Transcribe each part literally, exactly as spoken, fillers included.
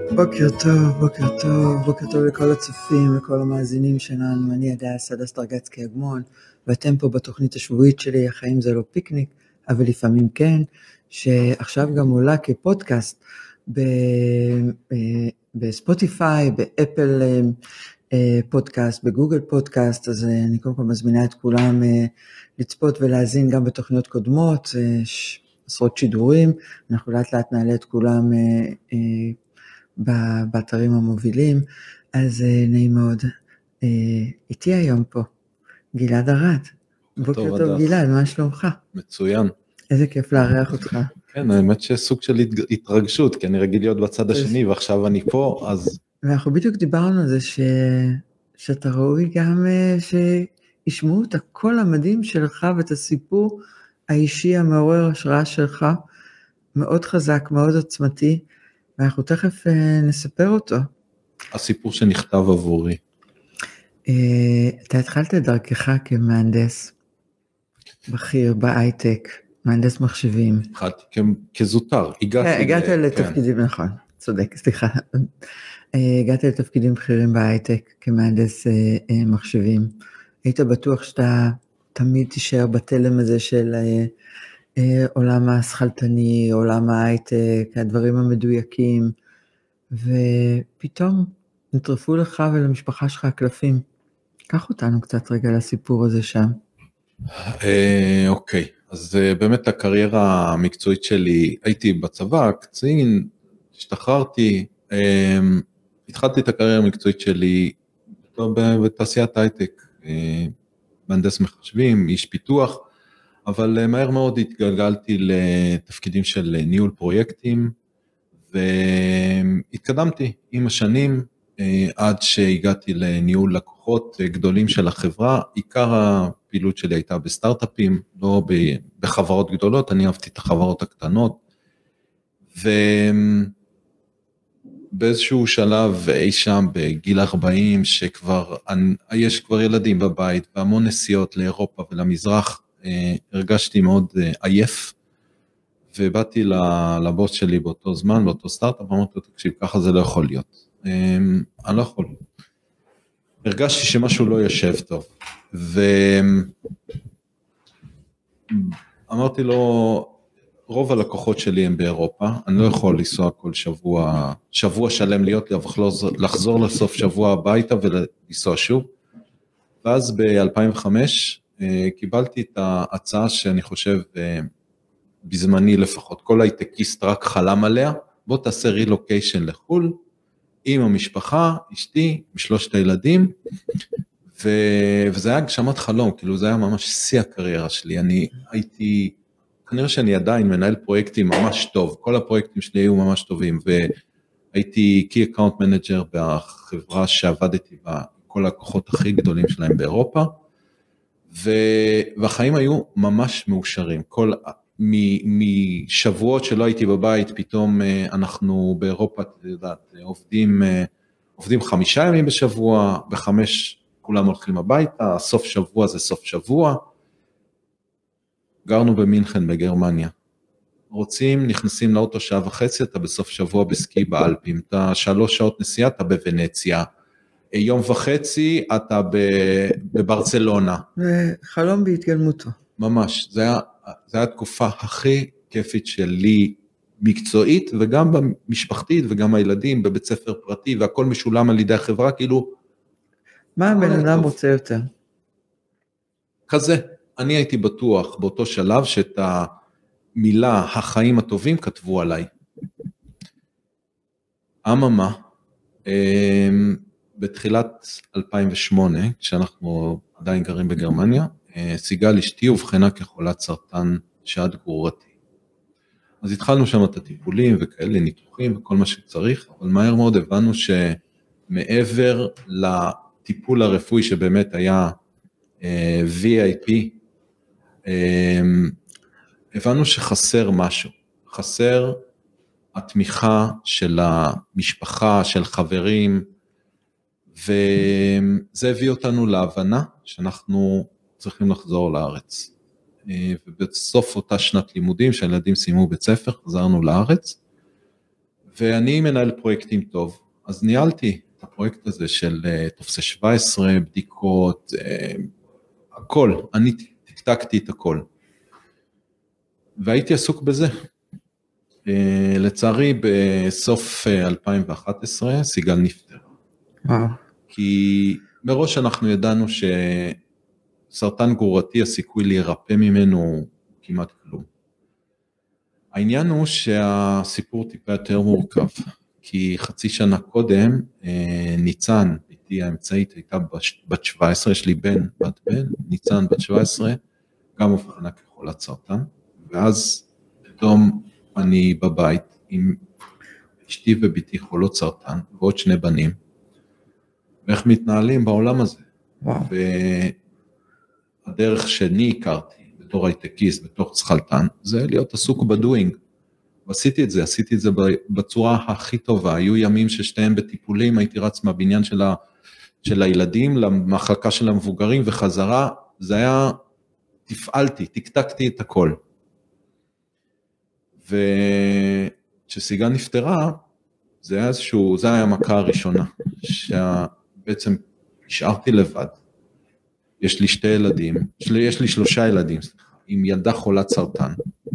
בוקר טוב, בוקר טוב, בוקר טוב לכל הצופים, לכל המאזינים שלנו. אני הדס סעדה סטרגצקי אגמון, ואתם פה בתוכנית השבועית שלי, החיים זה לא פיקניק, אבל לפעמים כן, שעכשיו גם עולה כפודקאסט בספוטיפיי, באפל פודקאסט, בגוגל פודקאסט. אז אני קודם כל מזמינה את כולם לצפות ולהזין גם בתוכניות קודמות, עשרות שידורים. אנחנו לאט לאט נעלה את כולם באתרים המובילים. אז נעים מאוד, איתי היום פה גלעד ארד. בוקר טוב גלעד, מה שלומך? מצוין. איזה כיף לארח אותך. כן, האמת שסוג של התרגשות, כי אני רגיל להיות בצד השני ועכשיו אני פה, אז... ואנחנו בדיוק דיברנו על זה ש... שאתה ראוי גם שישמעו את הקול המדהים שלך ואת הסיפור האישי המעורר השראה שלך, מאוד חזק, מאוד עוצמתי, ואנחנו תכף נספר אותו. הסיפור שנכתב עבורי. אתה התחלת את דרכך כמהנדס בכיר בהייטק, מהנדס מחשבים. התחלתי כזוטר, הגעתי... הגעת לתפקידים, נכון, צודק, סליחה. הגעת לתפקידים בכירים בהייטק כמהנדס מחשבים. היית בטוח שאתה תמיד תישאר בתלם הזה של עולם השכלתני, עולם ההייטק, הדברים המדויקים, ופתאום נטרפו לך ולמשפחה שלך הקלפים. קח אותנו קצת רגע לסיפור הזה שם. אוקיי, אז באמת הקריירה המקצועית שלי, הייתי בצבא, קצין, השתחררתי, התחלתי את הקריירה המקצועית שלי בתעשיית הייטק, מהנדס מחשבים, איש פיתוח, אבל מהר מאוד התגלגלתי לתפקידים של ניהול פרויקטים, והתקדמתי עם השנים, עד שהגעתי לניהול לקוחות גדולים של החברה. עיקר הפעילות שלי הייתה בסטארט-אפים, לא בחברות גדולות, אני אהבתי את החברות הקטנות, ובאיזשהו שלב אי שם בגיל ארבעים, שכבר יש כבר ילדים בבית, והמון נסיעות לאירופה ולמזרח, הרגשתי מאוד עייף, ובאתי לבוס שלי באותו זמן, באותו סטארט-אפ, אמרתי לו, תקשיב, ככה זה לא יכול להיות. אני לא יכול. הרגשתי שמשהו לא יושב טוב, ואמרתי לו, רוב הלקוחות שלי הם באירופה, אני לא יכול לנסוע כל שבוע, שבוע שלם להיות, לחזור, לחזור לסוף שבוע הביתה ולנסוע שוב, ואז ב-אלפיים וחמש קיבלתי את ההצעה שאני חושב, בזמני לפחות, כל הייטקיסט רק חלם עליה, בוא תעשה רילוקיישן לחול, עם המשפחה, אשתי, משלושת הילדים, ו... וזה היה הגשמת חלום, כאילו זה היה ממש שיא הקריירה שלי, אני הייתי, כנראה שאני עדיין מנהל פרויקטים ממש טוב, כל הפרויקטים שלי היו ממש טובים, והייתי Key Account Manager בחברה שעבדתי בה, כל הכוחות הכי גדולים שלהם באירופה, ו... והחיים היו ממש מאושרים, כל... משבועות שלא הייתי בבית, פתאום אנחנו באירופה, יודעת, עובדים, עובדים חמישה ימים בשבוע, בחמש כולם הולכים הביתה, סוף שבוע זה סוף שבוע, גרנו במינכן בגרמניה, רוצים, נכנסים לאוטו שעה וחצי, אתה בסוף שבוע בסקי באלפים, אתה שלוש שעות נסיעה, אתה בוונציה, יום וחצי אתה בברצלונה. חלום בהתגלמותו. ממש, זה היה, זה היה התקופה הכי כיפית שלי מקצועית, וגם במשפחתית, וגם הילדים בבית ספר פרטי, והכל משולם על ידי החברה, כאילו... מה הבן אדם רוצה יותר? כזה, אני הייתי בטוח באותו שלב, שאת המילה החיים הטובים כתבו עליי. אממה, בתחילת אלפיים ושמונה, כשאנחנו עדיין גרים בגרמניה, סיגל אשתי ובחנה כחולת סרטן שעד גרורתי. אז התחלנו שם את הטיפולים וכאלה, ניתוחים וכל מה שצריך, אבל מהר מאוד הבנו שמעבר לטיפול הרפואי שבאמת היה וי איי פי, הבנו שחסר משהו, חסר התמיכה של המשפחה, של חברים, וזה הביא אותנו להבנה שאנחנו צריכים לחזור לארץ. ובסוף אותה שנת לימודים שהילדים סיימו בית ספר, חזרנו לארץ, ואני מנהל פרויקטים טוב, אז ניהלתי את הפרויקט הזה של תופסי שבע עשרה, בדיקות, הכל, אני תקתקתי את הכל. והייתי עסוק בזה. לצערי, בסוף אלפיים ואחת עשרה, סיגל נפטר. וואו. כי מראש אנחנו ידענו שסרטן גרורתי, הסיכוי להירפא ממנו כמעט כלום. העניין הוא שהסיפור טיפה יותר מורכב, כי חצי שנה קודם, ניצן, איתי האמצעית, הייתה בת שבע עשרה, יש לי בן, בת בן, ניצן בת שבע עשרה, גם אובחנה כחולת סרטן, ואז פתאום אני בבית עם אשתי וביתי חולות סרטן, ועוד שני בנים, ואיך מתנהלים בעולם הזה. וואו. והדרך שאני הכרתי, בתור הייטקיסט, בתור צחלטן, זה להיות עסוק בדואינג. ועשיתי את זה, עשיתי את זה בצורה הכי טובה. היו ימים ששתיהם בטיפולים, הייתי רץ מהבניין של, ה, של הילדים, למחלקה של המבוגרים וחזרה, זה היה, תפעלתי, תקתקתי את הכל. וכשסיגל נפטרה, זה היה איזשהו, זה היה המכה הראשונה, שבעצם נשארתי לבד. יש לי שתי ילדים, יש לי שלושה ילדים, עם ילדה חולת סרטן.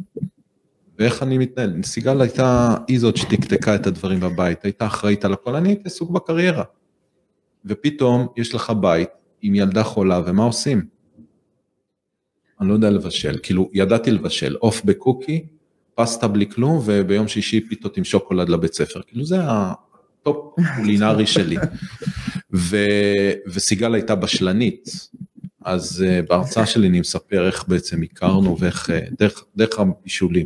ואיך אני מתנהל? סיגל הייתה, היא זאת שתקתקה את הדברים בבית, הייתה אחראית על הכל, אני הייתי עסוק בקריירה. ופתאום יש לך בית עם ילדה חולה, ומה עושים? אני לא יודע לבשל, כאילו ידעתי לבשל, אוף בקוקי, פסטה בלי כלום, וביום שישי פיתות עם שוקולד לבית ספר, כאילו זה הטופ קולינרי שלי. ו, וסיגל הייתה בשלנית, אז uh, בהרצאה שלי אני מספר איך בעצם הכרנו, ואיך, דרך, דרך הבישולים.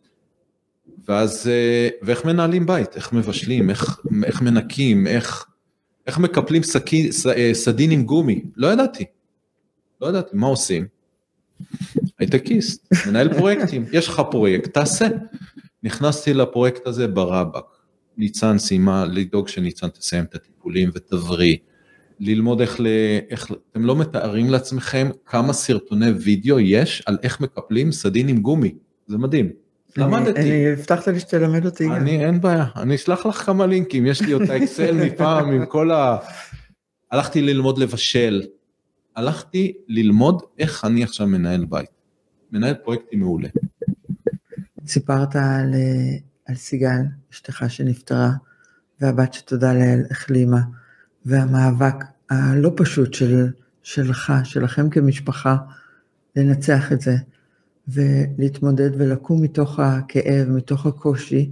ואז, uh, ואיך מנהלים בית, איך מבשלים, איך, איך מנקים, איך, איך מקפלים סקי, ס, סדין עם גומי, לא ידעתי, לא ידעתי, מה עושים? הייטקיסט, מנהל פרויקטים, יש לך פרויקט, תעשה. נכנסתי לפרויקט הזה ברבק, ניצן סיימה, לדאוג שניצן תסיים את הטיפולים ותבריא, ללמוד איך, ל... איך, אתם לא מתארים לעצמכם כמה סרטוני וידאו יש על איך מקפלים סדין עם גומי, זה מדהים. למדתי. אני הבטחת לי שתלמד אותי. אני, אין בעיה, אני אשלח לך כמה לינקים, יש לי אותה אקסל מפעם עם כל ה... הלכתי ללמוד לבשל, הלכתי ללמוד איך אני עכשיו מנהל בית, מנהל פרויקטי מעולה. סיפרת על, על סיגל, אשתך שנפטרה, והבת שתודה לאל החלימה, והמאבק הלא פשוט של, שלך, שלכם כמשפחה, לנצח את זה, ולהתמודד ולקום מתוך הכאב, מתוך הקושי,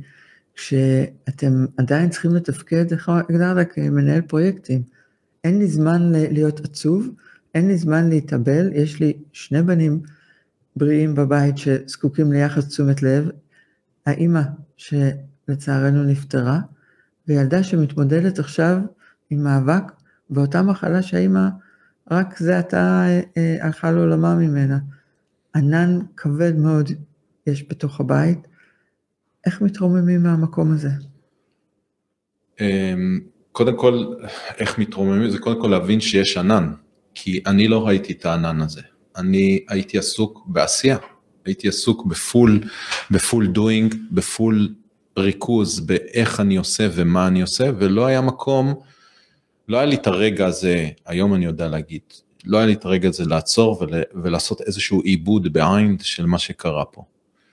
כשאתם עדיין צריכים לתפקד, איך הגדרת כמנהל פרויקטים. אין לי זמן להיות עצוב, אין לי זמן להתאבל, יש לי שני בנים בריאים בבית שזקוקים ליחס תשומת לב, האמא שלצערנו נפטרה, וילדה שמתמודדת עכשיו עם מאבק, באותה מחלה שהאמא רק זה עתה אה, הלכה לעולמה ממנה. ענן כבד מאוד יש בתוך הבית, איך מתרוממים מהמקום הזה? קודם כל, איך מתרוממים? זה קודם כל להבין שיש ענן, כי אני לא ראיתי את הענן הזה. אני הייתי עסוק בעשייה, הייתי עסוק בפול, בפול דוינג, בפול ריכוז, באיך אני עושה ומה אני עושה, ולא היה מקום, לא היה לי את הרגע הזה, היום אני יודע להגיד, לא היה לי את הרגע הזה לעצור ול, ולעשות איזשהו עיבוד בעין של מה שקרה פה.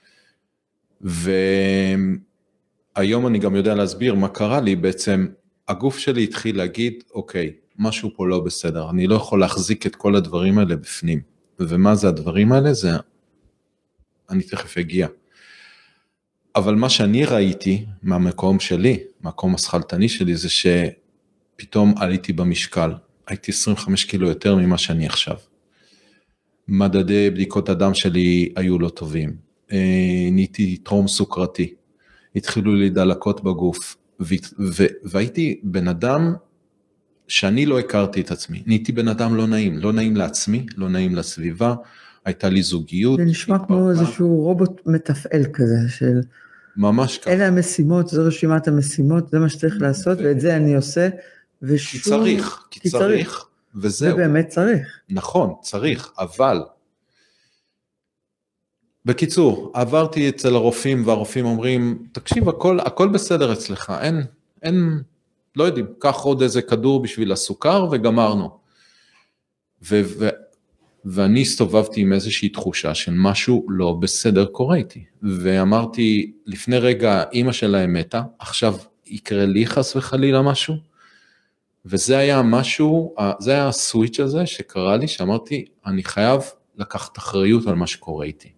והיום אני גם יודע להסביר מה קרה לי, בעצם הגוף שלי התחיל להגיד, אוקיי, משהו פה לא בסדר, אני לא יכול להחזיק את כל הדברים האלה בפנים. ומה זה הדברים האלה? זה, אני תכף אגיע. אבל מה שאני ראיתי מהמקום שלי, מהמקום השכלתני שלי, זה שפתאום עליתי במשקל, הייתי עשרים וחמישה קילו יותר ממה שאני עכשיו. מדדי בדיקות הדם שלי היו לא טובים, נהייתי טרום סוכרתי, התחילו לי דלקות בגוף, והייתי בן אדם שאני לא הכרתי את עצמי, נהייתי בן אדם לא נעים, לא נעים לעצמי, לא נעים לסביבה, הייתה לי זוגיות. זה נשמע כמו איזשהו רובוט מתפעל כזה, של ממש ככה. אלה המשימות, זו רשימת המשימות, זה מה שצריך לעשות, ואת זה אני עושה, כי צריך, כי צריך, וזהו. זה באמת צריך. נכון, צריך, אבל בקיצור, עברתי אצל הרופאים, והרופאים אומרים, תקשיב, הכל, הכל בסדר אצלך, אין, אין, לא יודעים, קח עוד איזה כדור בשביל הסוכר, וגמרנו. ו, ו, ואני הסתובבתי עם איזושהי תחושה של משהו לא בסדר קורה איתי, ואמרתי, לפני רגע, אמא שלהם מתה, עכשיו יקרה לי חס וחלילה משהו, וזה היה משהו, זה היה הסוויץ' הזה שקרה לי, שאמרתי, אני חייב לקחת אחריות על מה שקורה איתי.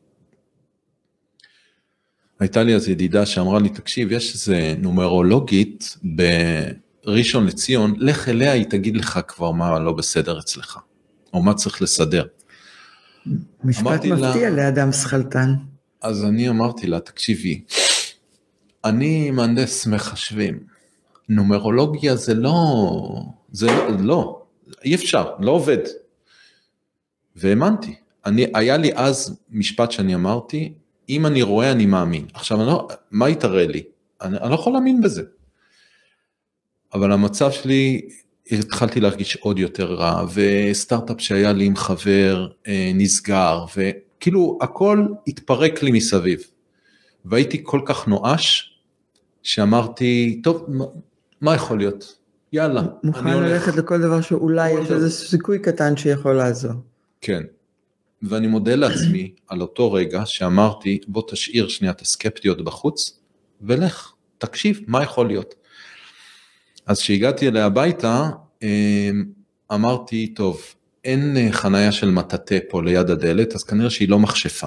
הייתה לי אז ידידה שאמרה לי, תקשיב, יש איזה נומרולוגית בראשון לציון, לך אליה, היא תגיד לך כבר מה לא בסדר אצלך, או מה צריך לסדר. משפט מפתיע לה, לאדם שכלתן. אז אני אמרתי לה, תקשיבי, אני מהנדס מחשבים, נומרולוגיה זה לא, זה לא, לא, אי אפשר, לא עובד. והאמנתי, אני, היה לי אז משפט שאני אמרתי, אם אני רואה אני מאמין. עכשיו, אני לא, מה יתראה לי? אני, אני לא יכול להאמין בזה. אבל המצב שלי, התחלתי להרגיש עוד יותר רע, וסטארט-אפ שהיה לי עם חבר אה, נסגר, וכאילו הכל התפרק לי מסביב. והייתי כל כך נואש, שאמרתי, טוב, מה, מה יכול להיות? יאללה. מוכן ללכת לכל דבר שאולי יש איזה סיכוי קטן שיכול לעזור. כן. ואני מודה לעצמי על אותו רגע שאמרתי, בוא תשאיר שנייה את הסקפטיות בחוץ, ולך, תקשיב, מה יכול להיות? אז כשהגעתי אליה הביתה, אמרתי, טוב, אין חנייה של מטאטה פה ליד הדלת, אז כנראה שהיא לא מכשפה.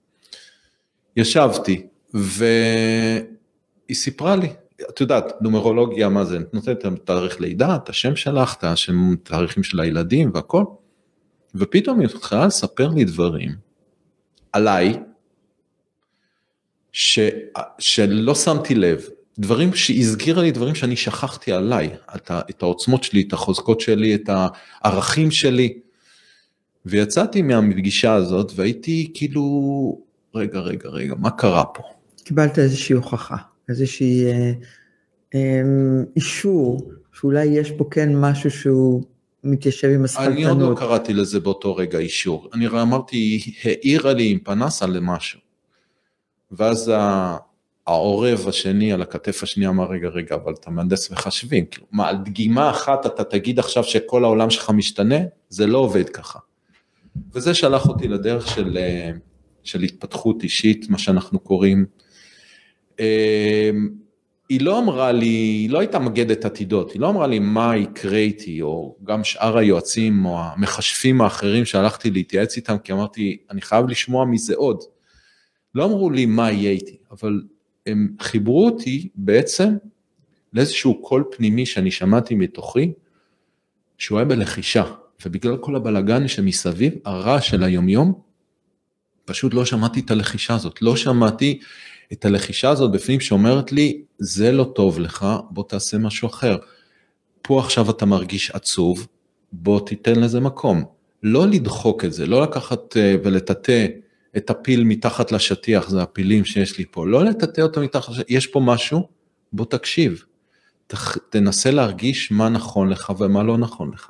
ישבתי, והיא סיפרה לי, את יודעת, נומרולוגיה, מה זה? נותנת את תאריך לידה, את השם שלך, את התאריכים של הילדים והכל, ופתאום היא התחילה לספר לי דברים עליי, ש, שלא שמתי לב, דברים שהזכירה לי, דברים שאני שכחתי עליי, את, את העוצמות שלי, את החוזקות שלי, את הערכים שלי, ויצאתי מהפגישה הזאת, והייתי כאילו, רגע, רגע, רגע, מה קרה פה? קיבלת איזושהי הוכחה, איזושהי אה, אה, אישור, שאולי יש פה כן משהו שהוא מתיישב עם הסחלטנות. אני עוד לא קראתי לזה באותו רגע אישור, אני אמרתי, היא העירה לי עם פנסה למשהו, ואז העורב השני על הכתף השני אמר, רגע, רגע, אבל אתה מהנדס מחשבים, כאילו, מה, על דגימה אחת אתה תגיד עכשיו שכל העולם שלך משתנה, זה לא עובד ככה. וזה שלח אותי לדרך של, של התפתחות אישית, מה שאנחנו קוראים. היא לא אמרה לי, היא לא הייתה מגדת עתידות, היא לא אמרה לי מה יקרה איתי, או גם שאר היועצים, או המחשבים האחרים שהלכתי להתייעץ איתם, כי אמרתי, אני חייב לשמוע מזה עוד. לא אמרו לי מה יהיה איתי, אבל הם חיברו אותי בעצם לאיזשהו קול פנימי שאני שמעתי מתוכי, שהוא היה בלחישה, ובגלל כל הבלגן שמסביב, הרע של היומיום, פשוט לא שמעתי את הלחישה הזאת, לא שמעתי את הלחישה הזאת בפנים שאומרת לי, זה לא טוב לך, בוא תעשה משהו אחר. פה עכשיו אתה מרגיש עצוב, בוא תיתן לזה מקום. לא לדחוק את זה, לא לקחת ולטאטא את הפיל מתחת לשטיח, זה הפילים שיש לי פה, לא לטאטא אותו מתחת לשטיח, יש פה משהו, בוא תקשיב, תנסה להרגיש מה נכון לך ומה לא נכון לך.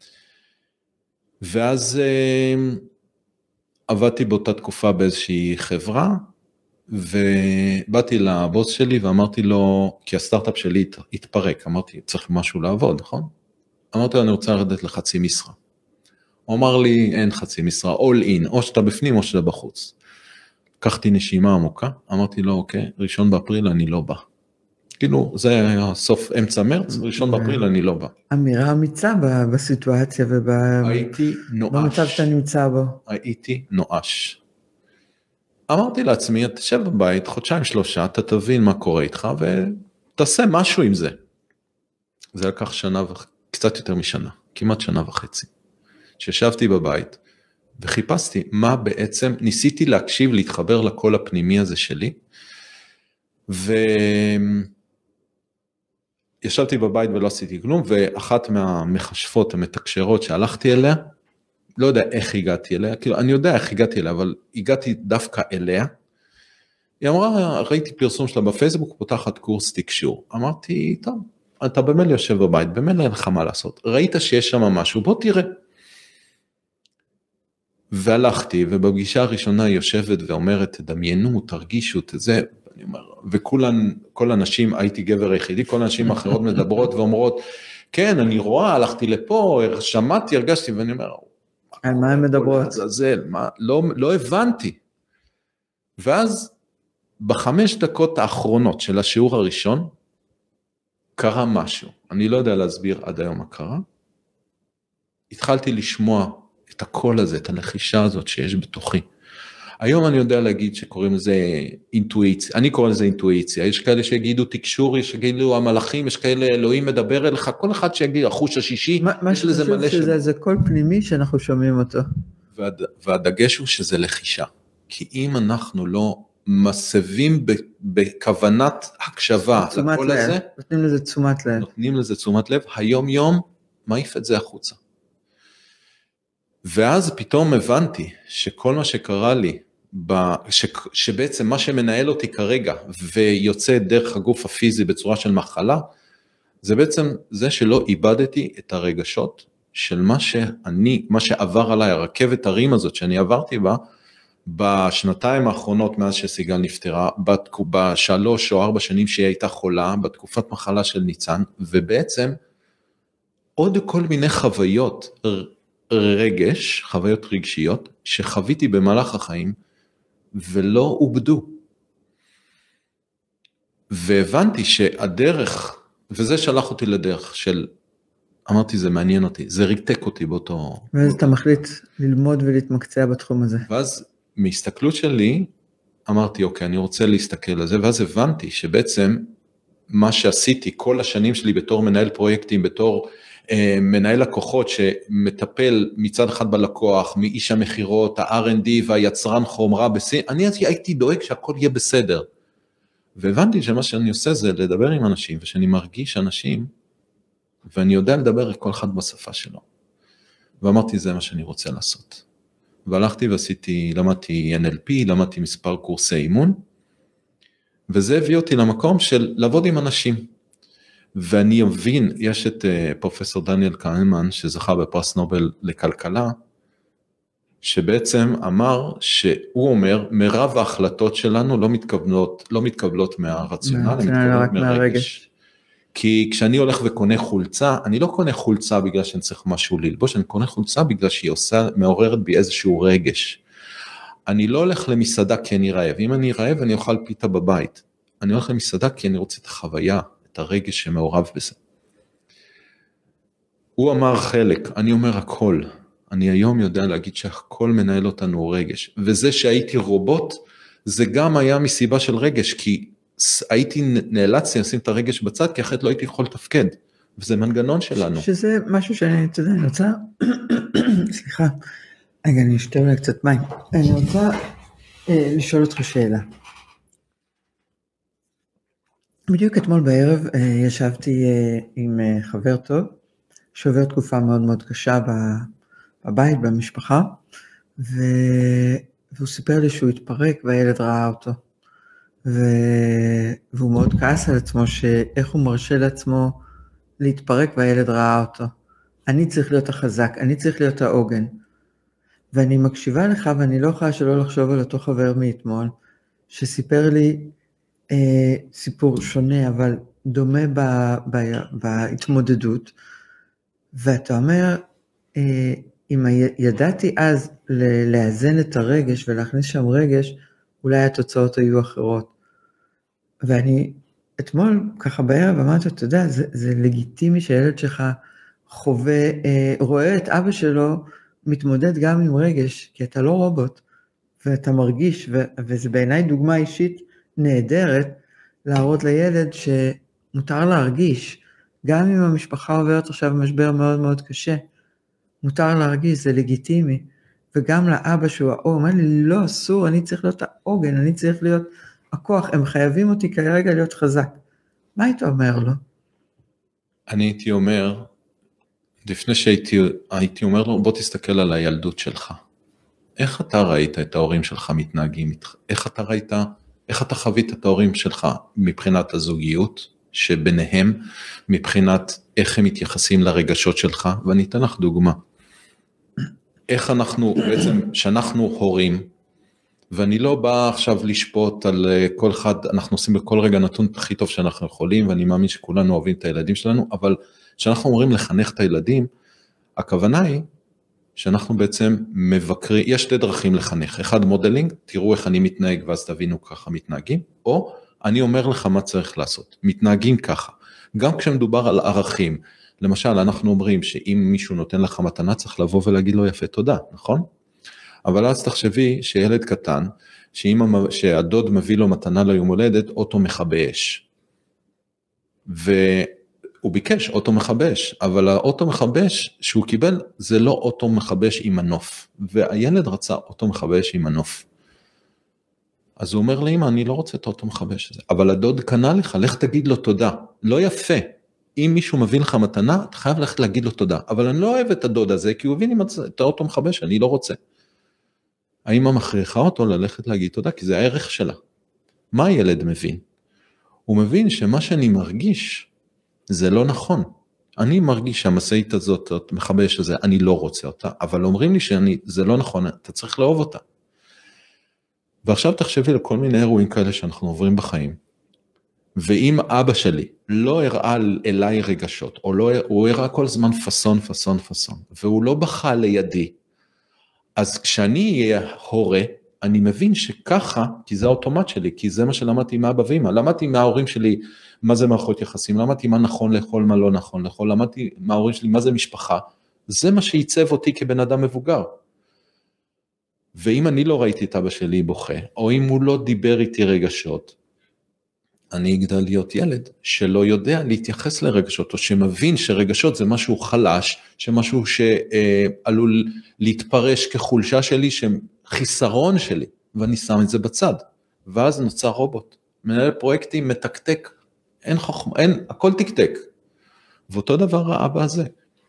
ואז עבדתי באותה תקופה באיזושהי חברה, ובאתי לבוס שלי ואמרתי לו, כי הסטארט-אפ שלי התפרק, אמרתי, צריך משהו לעבוד, נכון? אמרתי לו, אני רוצה לרדת לחצי משרה. הוא אמר לי, אין חצי משרה, all in, או שאתה בפנים או שאתה בחוץ. לקחתי נשימה עמוקה, אמרתי לו, אוקיי, ראשון באפריל אני לא בא. כאילו, זה היה סוף אמצע מרץ, ראשון באפריל אני לא בא. אמירה אמיצה בסיטואציה ובמצב שאתה נמצא בו. הייתי נואש. אמרתי לעצמי, תשב בבית, חודשיים שלושה, אתה תבין מה קורה איתך, ותעשה משהו עם זה. זה לקח שנה, קצת יותר משנה, כמעט שנה וחצי. שישבתי בבית, וחיפשתי מה בעצם, ניסיתי להקשיב, להתחבר לקול הפנימי הזה שלי, וישבתי בבית ולא עשיתי כלום, ואחת מהמחשפות המתקשרות שהלכתי אליה, לא יודע איך הגעתי אליה, כאילו אני יודע איך הגעתי אליה, אבל הגעתי דווקא אליה, היא אמרה, ראיתי פרסום שלה בפייסבוק, פותחת קורס תקשור, אמרתי, טוב, אתה במילא יושב בבית, במילא אין לך מה לעשות, ראית שיש שם משהו, בוא תראה, והלכתי, ובפגישה הראשונה היא יושבת ואומרת, תדמיינו, תרגישו, זה, אני אומר, וכולן, כל אנשים, הייתי גבר היחידי, כל אנשים אחרות מדברות ואומרות, כן, אני רואה, הלכתי לפה, שמעתי, הרגשתי, ואני אומר, על מה הן מדברות? זה, מה, לא, לא הבנתי. ואז, בחמש דקות האחרונות של השיעור הראשון, קרה משהו. אני לא יודע להסביר עד היום מה קרה. התחלתי לשמוע את הקול הזה, את הלחישה הזאת שיש בתוכי. היום אני יודע להגיד שקוראים לזה אינטואיציה, אני קורא לזה אינטואיציה, יש כאלה שיגידו תקשור, יש כאלו המלאכים, יש כאלה אלוהים מדבר אליך, כל אחד שיגיד, החוש השישי, מה שחשוב שזה זה קול פנימי שאנחנו שומעים אותו. והד, והדגש הוא שזה לחישה, כי אם אנחנו לא מסבים בכוונת הקשבה לקול הזה, נותנים לזה תשומת לב, נותנים לזה תשומת לב, היום יום מעיף את זה החוצה. ואז פתאום הבנתי שכל מה שקרה לי, ש, שבעצם מה שמנהל אותי כרגע, ויוצא דרך הגוף הפיזי בצורה של מחלה, זה בעצם זה שלא איבדתי את הרגשות של מה שאני, מה שעבר עליי, הרכבת הרים הזאת שאני עברתי בה, בשנתיים האחרונות מאז שסיגל נפטרה, בשלוש או ארבע שנים שהיא הייתה חולה, בתקופת מחלה של ניצן, ובעצם עוד כל מיני חוויות רגש, חוויות רגשיות, שחוויתי במהלך החיים, ולא עובדו. והבנתי שהדרך, וזה שלח אותי לדרך של, אמרתי זה מעניין אותי, זה ריתק אותי באותו... ואז אתה מחליט ללמוד ולהתמקצע בתחום הזה. ואז מהסתכלות שלי, אמרתי אוקיי, אני רוצה להסתכל על זה, ואז הבנתי שבעצם מה שעשיתי כל השנים שלי בתור מנהל פרויקטים, בתור מנהל לקוחות שמטפל מצד אחד בלקוח, מאיש המחירות, ה-אר אנד די והיצרן חומרה בסין, אני הייתי דואג שהכל יהיה בסדר. והבנתי שמה שאני עושה זה לדבר עם אנשים, ושאני מרגיש אנשים, ואני יודע לדבר כל אחד בשפה שלו. ואמרתי, זה מה שאני רוצה לעשות. והלכתי ועשיתי, למדתי אן אל פי, למדתי מספר קורסי אימון, וזה הביא אותי למקום של לעבוד עם אנשים. ואני אבין, יש את פרופסור דניאל קהנמן, שזכה בפרס נובל לכלכלה, שבעצם אמר, שהוא אומר, מרב ההחלטות שלנו לא מתקבלות, לא מתקבלות מהרציונל, הן מתקבלות מהרגש. כי כשאני הולך וקונה חולצה, אני לא קונה חולצה בגלל שאני צריך משהו ללבוש, אני קונה חולצה בגלל שהיא עושה, מעוררת בי איזשהו רגש. אני לא הולך למסעדה כי אני רעב, אם אני רעב אני אוכל פיתה בבית, אני הולך למסעדה כי אני רוצה את החוויה, את הרגש שמעורב בזה. הוא אמר חלק, אני אומר הכל, אני היום יודע להגיד שהכל מנהל אותנו רגש, וזה שהייתי רובוט, זה גם היה מסיבה של רגש, כי הייתי נאלצתי לשים את הרגש בצד, כי אחרת לא הייתי יכול לתפקד, וזה מנגנון שלנו. שזה משהו שאני, אתה יודע, אני רוצה, סליחה, רגע, אני אשתה אולי קצת מים, אני רוצה אה, לשאול אותך שאלה. בדיוק אתמול בערב אה, ישבתי אה, עם אה, חבר טוב, שעובר תקופה מאוד מאוד קשה בבית, במשפחה, ו... והוא סיפר לי שהוא התפרק והילד ראה אותו. ו... והוא מאוד כעס על עצמו, שאיך הוא מרשה לעצמו להתפרק והילד ראה אותו. אני צריך להיות החזק, אני צריך להיות העוגן. ואני מקשיבה לך ואני לא יכולה שלא לחשוב על אותו חבר מאתמול, שסיפר לי אה, סיפור שונה, אבל דומה ב... ב... בהתמודדות, ואתה אומר, אה, אם ידעתי אז לאזן את הרגש ולהכניס שם רגש, אולי התוצאות היו אחרות. ואני אתמול ככה בערב אמרתי, אתה יודע, זה, זה לגיטימי שהילד שלך חווה, אה, רואה את אבא שלו מתמודד גם עם רגש, כי אתה לא רובוט, ואתה מרגיש, ו, וזה בעיניי דוגמה אישית נהדרת, להראות לילד שמותר להרגיש, גם אם המשפחה עוברת עכשיו משבר מאוד מאוד קשה, מותר להרגיש, זה לגיטימי, וגם לאבא שהוא, הוא אומר לי, לא, אסור, אני צריך להיות העוגן, אני צריך להיות הכוח, הם חייבים אותי כרגע להיות חזק. מה היית אומר לו? אני הייתי אומר, לפני שהייתי הייתי אומר לו, בוא תסתכל על הילדות שלך. איך אתה ראית את ההורים שלך מתנהגים איתך? איך אתה ראית, איך אתה חווית את ההורים שלך מבחינת הזוגיות, שביניהם, מבחינת איך הם מתייחסים לרגשות שלך, ואני אתן לך דוגמה. איך אנחנו, בעצם, שאנחנו הורים, ואני לא בא עכשיו לשפוט על כל אחד, אנחנו עושים בכל רגע נתון הכי טוב שאנחנו יכולים, ואני מאמין שכולנו אוהבים את הילדים שלנו, אבל כשאנחנו אומרים לחנך את הילדים, הכוונה היא שאנחנו בעצם מבקרים, יש שתי דרכים לחנך, אחד מודלינג, תראו איך אני מתנהג ואז תבינו ככה מתנהגים, או אני אומר לך מה צריך לעשות, מתנהגים ככה, גם כשמדובר על ערכים, למשל אנחנו אומרים שאם מישהו נותן לך מתנה צריך לבוא ולהגיד לו יפה תודה, נכון? אבל אז תחשבי שילד קטן, שאמא, שהדוד מביא לו מתנה ליום הולדת, אוטו מכבה אש. והוא ביקש אוטו מכבה אש, אבל האוטו מכבה אש שהוא קיבל, זה לא אוטו מכבה אש עם מנוף. והילד רצה אוטו מכבה אש עם מנוף. אז הוא אומר לאמא, אני לא רוצה את האוטו מכבה אש הזה. אבל הדוד קנה לך, לך תגיד לו תודה. לא יפה. אם מישהו מביא לך מתנה, אתה חייב ללכת להגיד לו תודה. אבל אני לא אוהב את הדוד הזה, כי הוא הבין את האוטו מכבה אש, אני לא רוצה. האמא מכריחה אותו ללכת להגיד תודה, כי זה הערך שלה. מה הילד מבין? הוא מבין שמה שאני מרגיש, זה לא נכון. אני מרגיש שהמשאית הזאת, מכבה אש הזה, אני לא רוצה אותה, אבל אומרים לי שזה לא נכון, אתה צריך לאהוב אותה. ועכשיו תחשבי לכל מיני אירועים כאלה שאנחנו עוברים בחיים, ואם אבא שלי לא הראה אליי רגשות, או לא, הוא הראה כל זמן פסון, פסון, פסון, והוא לא בכה לידי, אז כשאני אהיה הורה, אני מבין שככה, כי זה האוטומט שלי, כי זה מה שלמדתי מאבא ואמא, למדתי מההורים שלי מה זה מערכות יחסים, למדתי מה נכון לאכול, מה לא נכון לאכול, למדתי מההורים שלי מה זה משפחה, זה מה שייצב אותי כבן אדם מבוגר. ואם אני לא ראיתי את אבא שלי בוכה, או אם הוא לא דיבר איתי רגשות, אני אגדל להיות ילד שלא יודע להתייחס לרגשות, או שמבין שרגשות זה משהו חלש, שמשהו שעלול להתפרש כחולשה שלי, שחיסרון שלי, ואני שם את זה בצד. ואז נוצר רובוט. מנהל פרויקטים מתקתק, אין חוכמה, אין, הכל תקתק. ואותו דבר האבא הזה.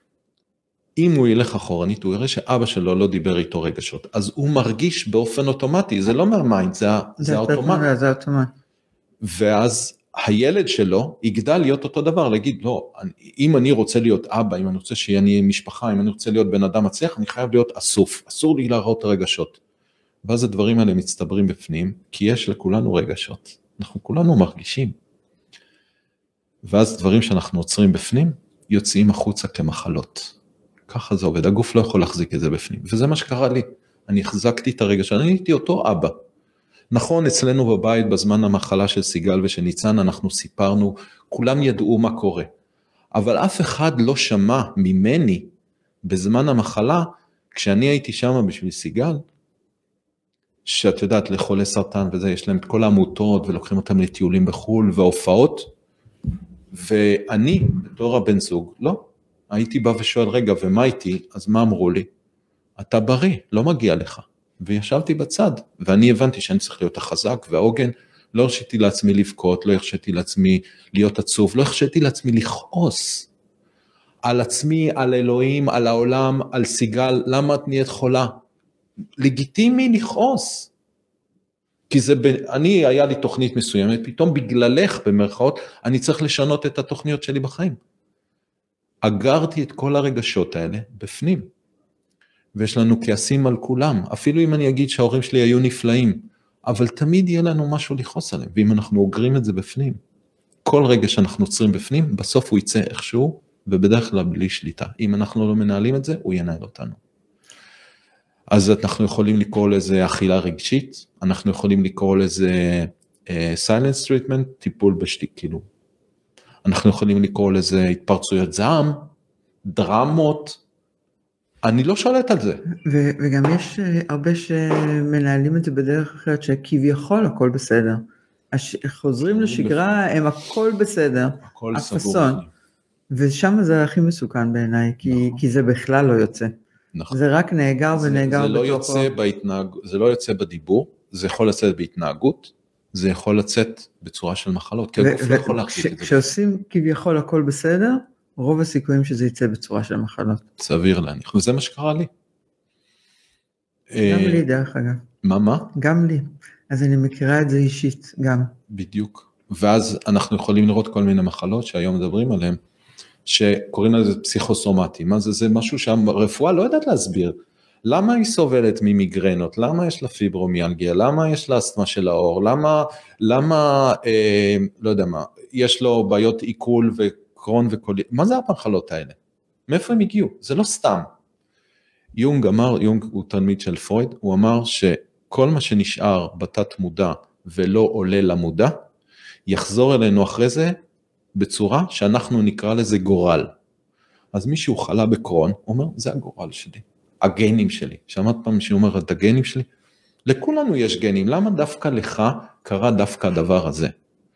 אם הוא ילך אחורנית, הוא יראה שאבא שלו לא דיבר איתו רגשות, אז הוא מרגיש באופן אוטומטי, זה לא מהמיינד, זה, זה האוטומט. זה האוטומט. ואז הילד שלו יגדל להיות אותו דבר, להגיד, לא, אם אני רוצה להיות אבא, אם אני רוצה שאני משפחה, אם אני רוצה להיות בן אדם מצליח, אני חייב להיות אסוף, אסור לי להראות רגשות. ואז הדברים האלה מצטברים בפנים, כי יש לכולנו רגשות, אנחנו כולנו מרגישים. ואז דברים שאנחנו עוצרים בפנים, יוצאים החוצה כמחלות. ככה זה עובד, הגוף לא יכול להחזיק את זה בפנים, וזה מה שקרה לי. אני החזקתי את הרגש, אני הייתי אותו אבא. נכון, אצלנו בבית, בזמן המחלה של סיגל ושל ניצן, אנחנו סיפרנו, כולם ידעו מה קורה. אבל אף אחד לא שמע ממני, בזמן המחלה, כשאני הייתי שם בשביל סיגל, שאת יודעת, לחולי סרטן וזה, יש להם את כל העמותות, ולוקחים אותם לטיולים בחול, והופעות, ואני, בתור הבן זוג, לא. הייתי בא ושואל, רגע, ומה איתי? אז מה אמרו לי? אתה בריא, לא מגיע לך. וישבתי בצד, ואני הבנתי שאני צריך להיות החזק והעוגן, לא הרשיתי לעצמי לבכות, לא הרשיתי לעצמי להיות עצוב, לא הרשיתי לעצמי לכעוס על עצמי, על אלוהים, על העולם, על סיגל, למה את נהיית חולה? לגיטימי לכעוס, כי זה, אני, היה לי תוכנית מסוימת, פתאום בגללך במרכאות, אני צריך לשנות את התוכניות שלי בחיים. אגרתי את כל הרגשות האלה בפנים. ויש לנו כעסים על כולם, אפילו אם אני אגיד שההורים שלי היו נפלאים, אבל תמיד יהיה לנו משהו לכעוס עליהם, ואם אנחנו אוגרים את זה בפנים, כל רגע שאנחנו עוצרים בפנים, בסוף הוא יצא איכשהו, ובדרך כלל בלי שליטה. אם אנחנו לא מנהלים את זה, הוא ינהל אותנו. אז אנחנו יכולים לקרוא לזה אכילה רגשית, אנחנו יכולים לקרוא לזה uh, silence treatment, טיפול בשתיק, כאילו. אנחנו יכולים לקרוא לזה התפרצויות זעם, דרמות, אני לא שולט על זה. ו- וגם יש הרבה שמנהלים את זה בדרך אחרת, שכביכול הכל בסדר. הש- חוזרים לשגרה, הם הכל בסדר. הכל הפסון. סגור. ושם זה הכי מסוכן בעיניי, כי, נכון. כי זה בכלל לא יוצא. נכון. זה רק נאגר ונאגר זה, זה לא בתוכו. יוצא בהתנהג... זה לא יוצא בדיבור, זה יכול לצאת בהתנהגות, זה יכול לצאת בצורה של מחלות, כי הגוף לא יכול להחליט את זה. כשעושים כביכול הכל בסדר, רוב הסיכויים שזה יצא בצורה של מחלות. סביר להניח, וזה מה שקרה לי. גם לי דרך אגב. מה, מה? גם לי. אז אני מכירה את זה אישית, גם. בדיוק. ואז אנחנו יכולים לראות כל מיני מחלות שהיום מדברים עליהן, שקוראים לזה פסיכוסומטי. מה זה? זה משהו שהרפואה לא יודעת להסביר. למה היא סובלת ממיגרנות? למה יש לה פיברומיאלגיה? למה יש לה אסתמה של האור? למה, למה, אה, לא יודע מה, יש לו בעיות עיכול וקרון וכל... מה זה המחלות האלה? מאיפה הם הגיעו? זה לא סתם. יונג אמר, יונג הוא תלמיד של פרויד, הוא אמר שכל מה שנשאר בתת מודע ולא עולה למודע, יחזור אלינו אחרי זה בצורה שאנחנו נקרא לזה גורל. אז מישהו חלה בקרון, הוא אומר, זה הגורל שלי, הגנים שלי. שמעת פעם מישהו אומר, את הגנים שלי? לכולנו יש גנים, למה דווקא לך קרה דווקא הדבר הזה?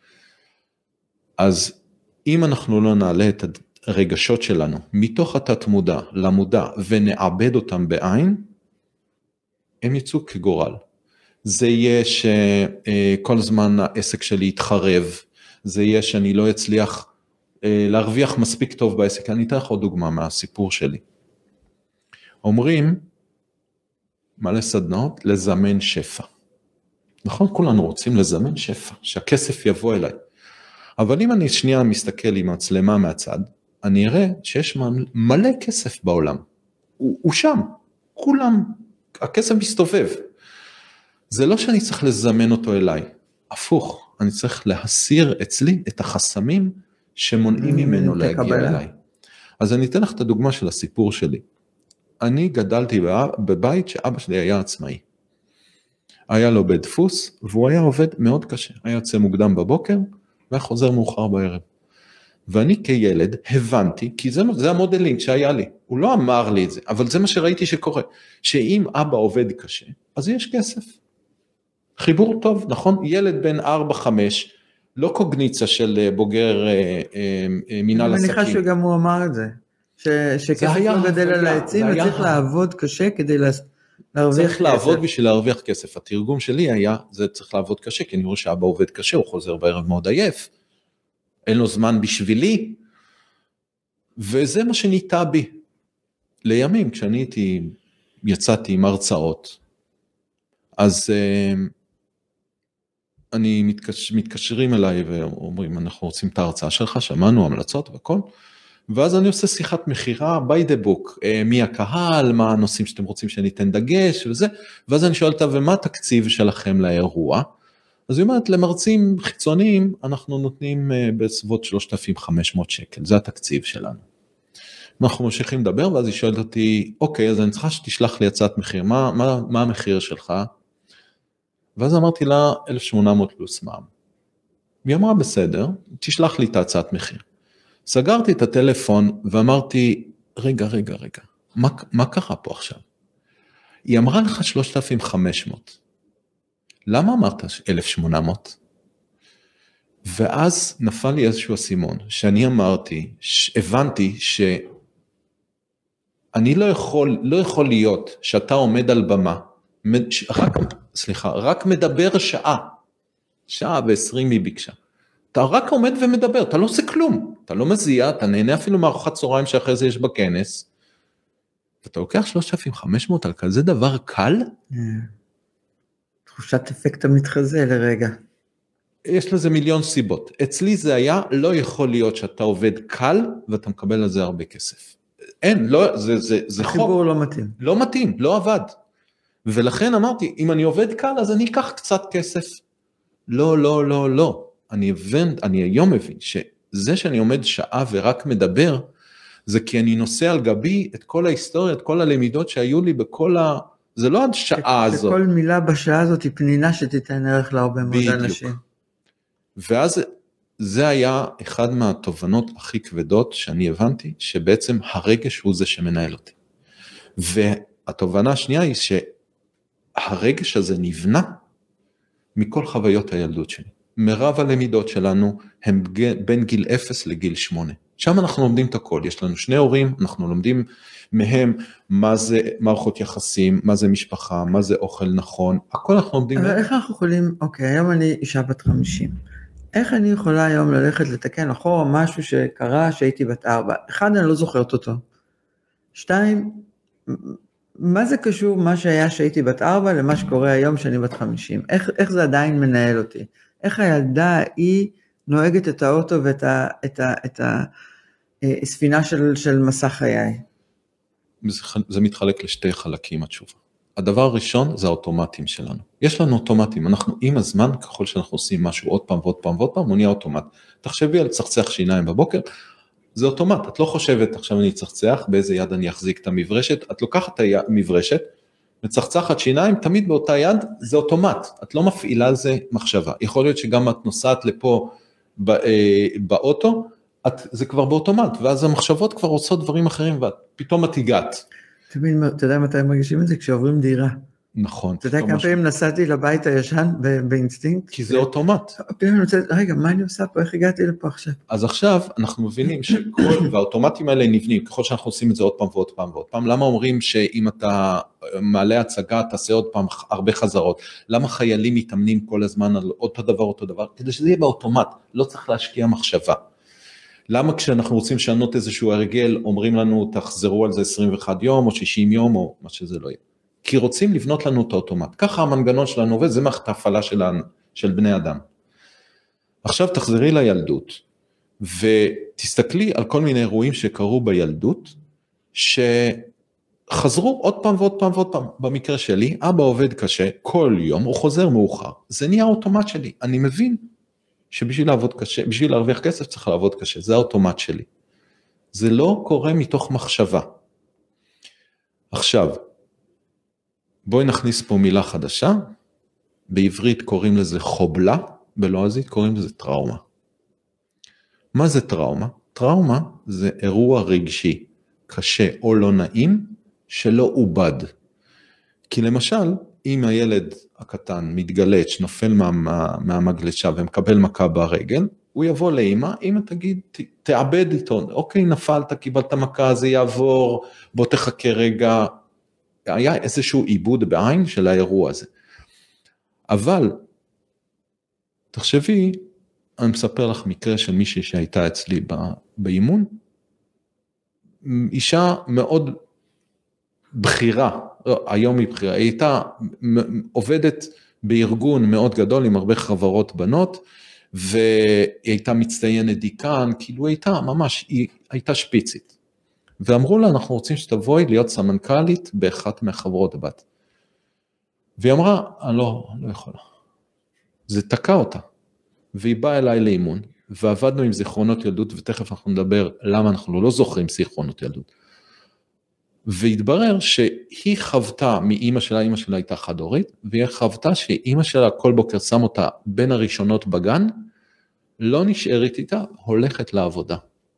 אז אם אנחנו לא נעלה את הרגשות שלנו, מתוך התת מודע למודע, ונעבד אותם בעין, הם יצאו כגורל. זה יהיה שכל זמן העסק שלי יתחרב, זה יהיה שאני לא אצליח להרוויח מספיק טוב בעסק. אני אתן לך עוד דוגמה מהסיפור שלי. אומרים, מלא סדנאות, לזמן שפע. נכון? כולנו רוצים לזמן שפע, שהכסף יבוא אליי. אבל אם אני שנייה מסתכל עם מצלמה מהצד, אני אראה שיש מלא כסף בעולם. הוא, הוא שם. כולם, הכסף מסתובב. זה לא שאני צריך לזמן אותו אליי. הפוך, אני צריך להסיר אצלי את החסמים שמונעים ממנו להגיע אליי. אז אני אתן לך את הדוגמה של הסיפור שלי. אני גדלתי בבית שאבא שלי היה עצמאי. היה לו בית דפוס, והוא היה עובד מאוד קשה. היה יוצא מוקדם בבוקר, והיה חוזר מאוחר בערב. ואני כילד הבנתי, כי זה, זה המודלינג שהיה לי. הוא לא אמר לי את זה, אבל זה מה שראיתי שקורה. שאם אבא עובד קשה, אז יש כסף. חיבור טוב, נכון? ילד בן ארבע חמש, לא קוגניציה של בוגר מנהל עסקים. אני מניחה שגם הוא אמר את זה, שכסף לא גדל על העצים, וצריך לעבוד קשה כדי להרוויח כסף. צריך לעבוד בשביל להרוויח כסף. התרגום שלי היה, זה צריך לעבוד קשה, כי אני רואה שאבא עובד קשה, הוא חוזר בערב מאוד עייף, אין לו זמן בשבילי, וזה מה שניטע בי. לימים, כשאני הייתי, יצאתי עם הרצאות, אז אני מתקשר, מתקשרים אליי ואומרים, אנחנו רוצים את ההרצאה שלך, שמענו המלצות וכל, ואז אני עושה שיחת מחירה, by the book, מי הקהל, מה הנושאים שאתם רוצים שניתן דגש וזה, ואז אני שואל אותה, ומה התקציב שלכם לאירוע? אז היא אומרת, למרצים חיצוניים, אנחנו נותנים בסביבות שלושת אלפים וחמש מאות שקל, זה התקציב שלנו. אנחנו ממשיכים לדבר, ואז היא שואלת אותי, אוקיי, אז אני צריכה שתשלח לי הצעת מחיר, מה, מה, מה המחיר שלך? ואז אמרתי לה, אלף ושמונה מאות פלוס מע"מ. והיא אמרה, בסדר, תשלח לי את הצעת מחיר. סגרתי את הטלפון, ואמרתי, רגע, רגע, רגע, מה, מה קרה פה עכשיו? היא אמרה לך שלושת אלפים וחמש מאות. למה אמרת אלף ושמונה מאות? ואז נפל לי איזשהו אסימון, שאני אמרתי, הבנתי שאני לא יכול, לא יכול להיות שאתה עומד על במה, רק, סליחה, רק מדבר שעה, שעה ועשרים היא ביקשה. אתה רק עומד ומדבר, אתה לא עושה כלום, אתה לא מזיע, אתה נהנה אפילו מארוחת צהריים שאחרי זה יש בכנס, ואתה לוקח שלושת אלפים וחמש מאות על כזה דבר קל? תחושת אפקט המתחזה לרגע. יש לזה מיליון סיבות. אצלי זה היה, לא יכול להיות שאתה עובד קל, ואתה מקבל על זה הרבה כסף. אין, לא, זה, זה, זה חוק. החיבור לא מתאים. לא מתאים, לא עבד. ולכן אמרתי, אם אני עובד קל, אז אני אקח קצת כסף. לא, לא, לא, לא. אני הבן, אני היום מבין, שזה שאני עומד שעה ורק מדבר, זה כי אני נושא על גבי את כל ההיסטוריה, את כל הלמידות שהיו לי בכל ה... זה לא עד שעה הזאת. שכל מילה בשעה הזאת היא פנינה שתיתן ערך להרבה מאוד אנשים. ואז זה היה אחד מהתובנות הכי כבדות שאני הבנתי, שבעצם הרגש הוא זה שמנהל אותי. והתובנה השנייה היא שהרגש הזה נבנה מכל חוויות הילדות שלי. מרב הלמידות שלנו הם בין גיל אפס לגיל שמונה. שם אנחנו לומדים את הכל, יש לנו שני הורים, אנחנו לומדים מהם מה זה מערכות יחסים, מה זה משפחה, מה זה אוכל נכון, הכל אנחנו לומדים. אבל איך אנחנו יכולים, אוקיי, היום אני אישה בת חמישים, איך אני יכולה היום ללכת לתקן אחורה משהו שקרה שהייתי בת ארבע? אחד, אני לא זוכרת אותו. שתיים, מה זה קשור מה שהיה שהייתי בת ארבע למה שקורה היום שאני בת חמישים? איך, איך זה עדיין מנהל אותי? איך הילדה היא נוהגת את האוטו ואת ה, את ה, את הספינה של, של מסע חיי? זה מתחלק לשתי חלקים התשובה. הדבר הראשון זה האוטומטים שלנו. יש לנו אוטומטים, אנחנו עם הזמן, ככל שאנחנו עושים משהו עוד פעם ועוד פעם ועוד פעם, הוא נהיה אוטומט. תחשבי על צחצח שיניים בבוקר, זה אוטומט, את לא חושבת עכשיו אני צחצח, באיזה יד אני אחזיק את המברשת, את לוקחת את המברשת, מצחצחת שיניים, תמיד באותה יד, זה אוטומט, את לא מפעילה על זה מחשבה. יכול להיות שגם את נוסעת לפה באוטו, את, זה כבר באוטומט, ואז המחשבות כבר עושות דברים אחרים, ופתאום את הגעת. תמיד, אתה יודע מתי מרגישים את זה? כשעוברים דירה. נכון. אתה יודע כמה פעמים נסעתי לבית הישן באינסטינקט? כי זה אוטומט. פעמים אני רוצה, רגע, מה אני עושה פה? איך הגעתי לפה עכשיו? אז עכשיו אנחנו מבינים שכל, והאוטומטים האלה נבנים, ככל שאנחנו עושים את זה עוד פעם ועוד פעם ועוד פעם, למה אומרים שאם אתה מעלה הצגה, תעשה עוד פעם הרבה חזרות? למה חיילים מתאמנים כל הזמן על אותו דבר, אותו דבר? כדי שזה יהיה באוטומט, לא צריך להשקיע מחשבה. למה כשאנחנו רוצים לשנות איזשהו הרגל, אומרים לנו תחזרו על זה עשרים ואחד יום או שישים יום או מה שזה לא יהיה? כי רוצים לבנות לנו את האוטומט. ככה המנגנון שלנו עובד, זה מערכת ההפעלה של, של בני אדם. עכשיו תחזרי לילדות, ותסתכלי על כל מיני אירועים שקרו בילדות, שחזרו עוד פעם ועוד פעם ועוד פעם. במקרה שלי, אבא עובד קשה, כל יום הוא חוזר מאוחר. זה נהיה האוטומט שלי. אני מבין שבשביל לעבוד קשה, בשביל להרוויח כסף צריך לעבוד קשה. זה האוטומט שלי. זה לא קורה מתוך מחשבה. עכשיו, בואי נכניס פה מילה חדשה, בעברית קוראים לזה חובלה, בלועזית קוראים לזה טראומה. מה זה טראומה? טראומה זה אירוע רגשי, קשה או לא נעים, שלא עובד. כי למשל, אם הילד הקטן מתגלץ', נופל מה, מה, מהמגלשה ומקבל מכה ברגל, הוא יבוא לאמא, אמא תגיד, ת, תאבד איתו, אוקיי, נפלת, קיבלת מכה, זה יעבור, בוא תחכה רגע, היה איזשהו עיבוד בעין של האירוע הזה. אבל, תחשבי, אני מספר לך מקרה של מישהי שהייתה אצלי באימון, אישה מאוד בחירה, היום היא בחירה, היא הייתה עובדת בארגון מאוד גדול עם הרבה חברות בנות, והיא הייתה מצטיינת דיקן, כאילו היא הייתה ממש, היא הייתה שפיצית. ואמרו לה, אנחנו רוצים שתבואי להיות סמנכ"לית באחת מהחברות הבת. והיא אמרה, אני לא, לא יכולה. זה תקע אותה. והיא באה אליי לאימון, ועבדנו עם זיכרונות ילדות, ותכף אנחנו נדבר למה אנחנו לא זוכרים זיכרונות ילדות. והתברר שהיא חוותה מאמא שלה, אמא שלה הייתה חד-הורית, והיא חוותה שאמא שלה כל בוקר שם אותה בין הראשונות בגן, לא נשארת איתה, הולכת לעבודה.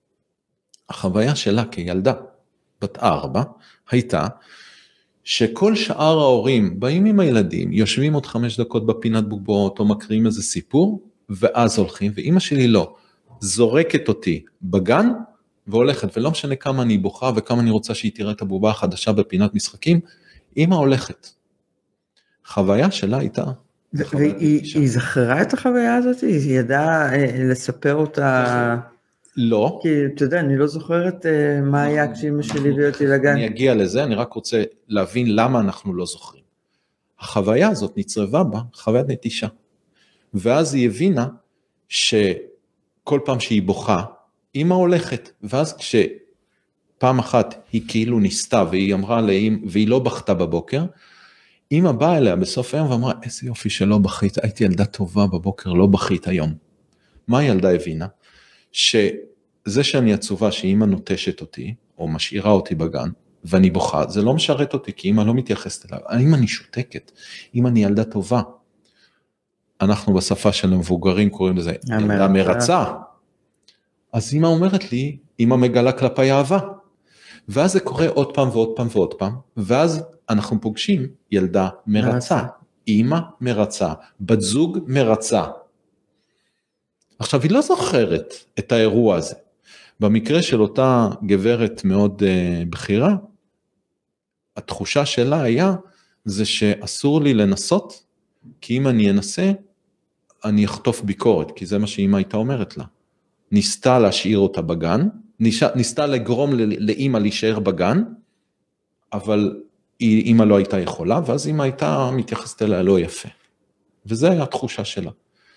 החוויה שלה כילדה, בת ארבע, הייתה שכל שאר ההורים באים עם הילדים, יושבים עוד חמש דקות בפינת בובות, או מקריאים איזה סיפור, ואז הולכים, ואמא שלי לא, זורקת אותי בגן, והולכת, ולא משנה כמה אני בוכה, וכמה אני רוצה שהיא תראה את הבובה החדשה בפינת משחקים, אמא הולכת. חוויה שלה הייתה... והיא זכרה את החוויה הזאת? היא ידעה לספר אותה... לא. כי אתה יודע, אני לא זוכרת מה היה כשאמא שלי הביאה אותי לגן. אני אגיע לזה, אני רק רוצה להבין למה אנחנו לא זוכרים. החוויה הזאת נצרבה בה, חוויית נטישה. ואז היא הבינה שכל פעם שהיא בוכה, אמא הולכת, ואז כשפעם אחת היא כאילו ניסתה, והיא אמרה לאמא, והיא לא בכתה בבוקר, אמא באה אליה בסוף היום ואמרה, איזה יופי שלא בכית, הייתי ילדה טובה בבוקר, לא בכית היום. מה הילדה הבינה? שזה שאני עצובה שאמא נוטשת אותי, או משאירה אותי בגן, ואני בוכה, זה לא משרת אותי, כי אמא לא מתייחסת אליו. אם אני שותקת, אם אני ילדה טובה, אנחנו בשפה של המבוגרים קוראים לזה, ילדה מרצה. אז אמא אומרת לי, אמא מגלה כלפי אהבה. ואז זה קורה עוד פעם ועוד פעם ועוד פעם, ואז אנחנו פוגשים ילדה מרצה, אמא מרצה, בת זוג מרצה. עכשיו, היא לא זוכרת את האירוע הזה. במקרה של אותה גברת מאוד uh, בכירה, התחושה שלה היה, זה שאסור לי לנסות, כי אם אני אנסה, אני אחטוף ביקורת, כי זה מה שאמא הייתה אומרת לה. ניסתה להשאיר אותה בגן, ניסתה לגרום לאמא להישאר בגן, אבל אמא לא הייתה יכולה, ואז אמא הייתה מתייחסת אליה לא יפה. וזה היה התחושה שלה.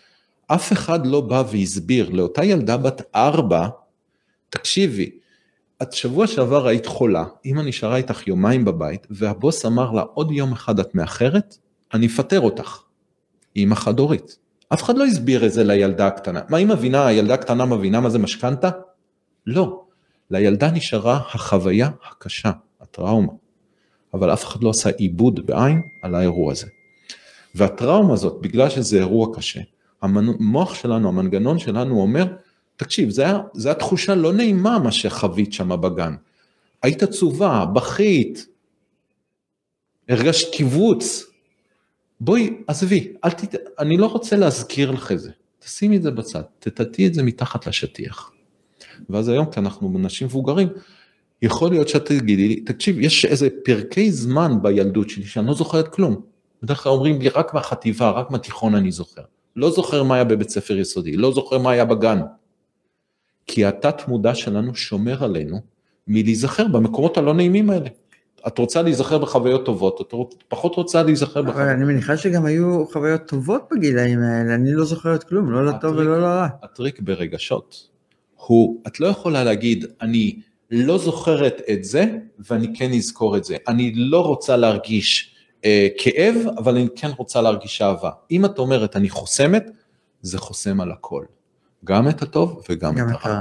אף אחד לא בא והסביר לאותה ילדה בת ארבע, תקשיבי, את שבוע שעבר היית חולה, אמא נשארה איתך יומיים בבית, והבוס אמר לה, עוד יום אחד את מאחרת, אני אפטר אותך. אמא חד-הורית. אף אחד לא הסביר את זה לילדה הקטנה. מה היא מבינה, הילדה הקטנה מבינה מה זה משכנתה? לא. לילדה נשארה החוויה הקשה, הטראומה. אבל אף אחד לא עשה עיבוד בעין על האירוע הזה. והטראומה הזאת, בגלל שזה אירוע קשה, המוח שלנו, המנגנון שלנו אומר, תקשיב, זה היה, זה היה תחושה לא נעימה מה שחווית שם בגן. היית עצובה, בכית, הרגשת קיבוץ. בואי, עזבי, אל תת... אני לא רוצה להזכיר לך את זה. תשימי את זה בצד, תטטי את זה מתחת לשטיח. ואז היום, כי אנחנו אנשים מבוגרים, יכול להיות שאת תגידי לי, תקשיב, יש איזה פרקי זמן בילדות שלי, שאני לא זוכרת כלום. בדרך כלל אומרים לי, רק מהחטיבה, רק מהתיכון אני זוכר. לא זוכר מה היה בבית ספר יסודי, לא זוכר מה היה בגן. כי התת מודע שלנו שומר עלינו, מלהיזכר במקומות הלא נעימים האלה. את רוצה להיזכר בחוויות טובות, את פחות רוצה להיזכר בחוויות. אבל אני מניחה שגם היו חוויות טובות בגילאים האלה, אני לא זוכרת כלום, לא לטוב ולא לרע. הטריק ברגשות, הוא, את לא יכולה להגיד, אני לא זוכרת את זה, ואני כן אזכור את זה. אני לא רוצה להרגיש אה, כאב, אבל אני כן רוצה להרגיש אהבה. אם את אומרת, אני חוסמת, זה חוסם על הכל. גם את הטוב וגם את הרע.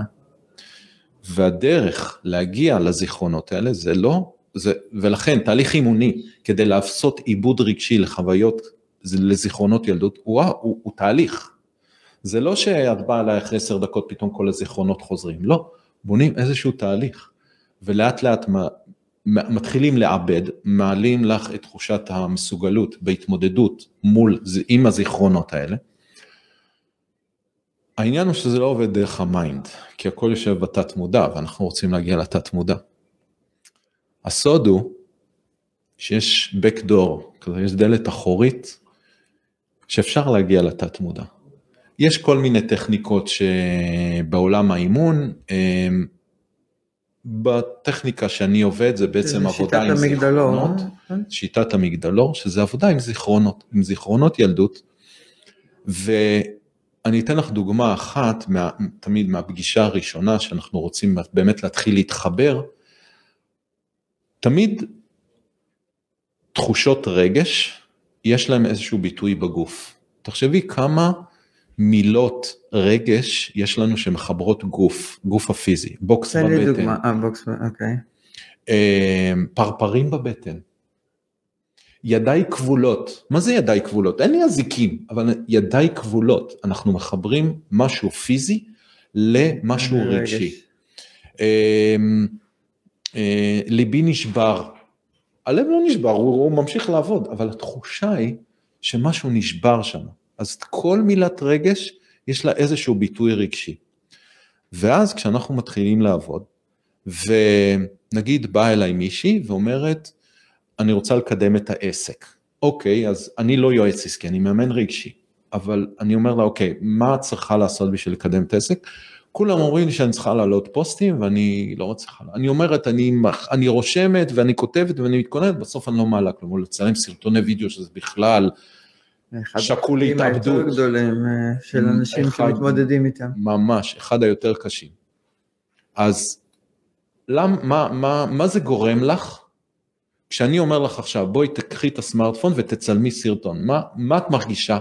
והדרך להגיע לזיכרונות האלה, זה לא, זה, ולכן תהליך אימוני, כדי להפסות עיבוד רגשי לחוויות, לזיכרונות ילדות, הוא, הוא, הוא תהליך. זה לא שאת באה עליי אחרי עשר דקות, פתאום כל הזיכרונות חוזרים. לא, בונים איזשהו תהליך, ולאט לאט מתחילים לעבד, מעלים לך את תחושת המסוגלות, בהתמודדות מול, עם הזיכרונות האלה. העניין הוא שזה לא עובד דרך המיינד, כי הכל יושב בתת מודע, ואנחנו רוצים להגיע לתת מודע. הסוד הוא שיש backdoor, כזה יש דלת אחורית, שאפשר להגיע לתת מודע. יש כל מיני טכניקות שבעולם האימון, בטכניקה שאני עובד, זה בעצם עבודה עם זיכרונות, שיטת המגדלור, שזה עבודה עם זיכרונות, עם זיכרונות ילדות, ואני אתן לך דוגמה אחת, מה, תמיד מהפגישה הראשונה, שאנחנו רוצים באמת להתחיל להתחבר, תמיד תחושות רגש, יש להם איזשהו ביטוי בגוף. תחשבי כמה מילות רגש יש לנו שמחברות גוף, גוף הפיזי, בוקס בבטן. תן לי דוגמה, אה, בוקס, אוקיי. פרפרים בבטן. ידיי כבולות. מה זה ידיי כבולות? אין לי אזיקים, אבל ידיי כבולות. אנחנו מחברים משהו פיזי למשהו רגשי. ליבי נשבר. הלב לא נשבר, הוא, הוא ממשיך לעבוד, אבל התחושה היא שמשהו נשבר שם. אז כל מילת רגש יש לה איזשהו ביטוי רגשי. ואז כשאנחנו מתחילים לעבוד, ונגיד באה אליי מישהי ואומרת, אני רוצה לקדם את העסק. אוקיי, אז אני לא יועץ עסקי, אני מאמן רגשי. אבל אני אומר לה, אוקיי, מה את צריכה לעשות בשביל לקדם את העסק? כולם אומרים לי שאני צריכה לעלות פוסטים, ואני לא מצליחה. אני אומרת, אני, אני רושמת, ואני כותבת, ואני מתכוננת, בסוף אני לא מעלה כלומר, לצלם סרטוני וידאו, שזה בכלל שקול להתאבדות. אחד גדולים של אנשים שמתמודדים איתם. ממש, אחד היותר קשים. אז, למ, מה, מה, מה זה גורם לך? כשאני אומר לך עכשיו, בואי תקחי את הסמארטפון ותצלמי סרטון, מה, מה את מרגישה?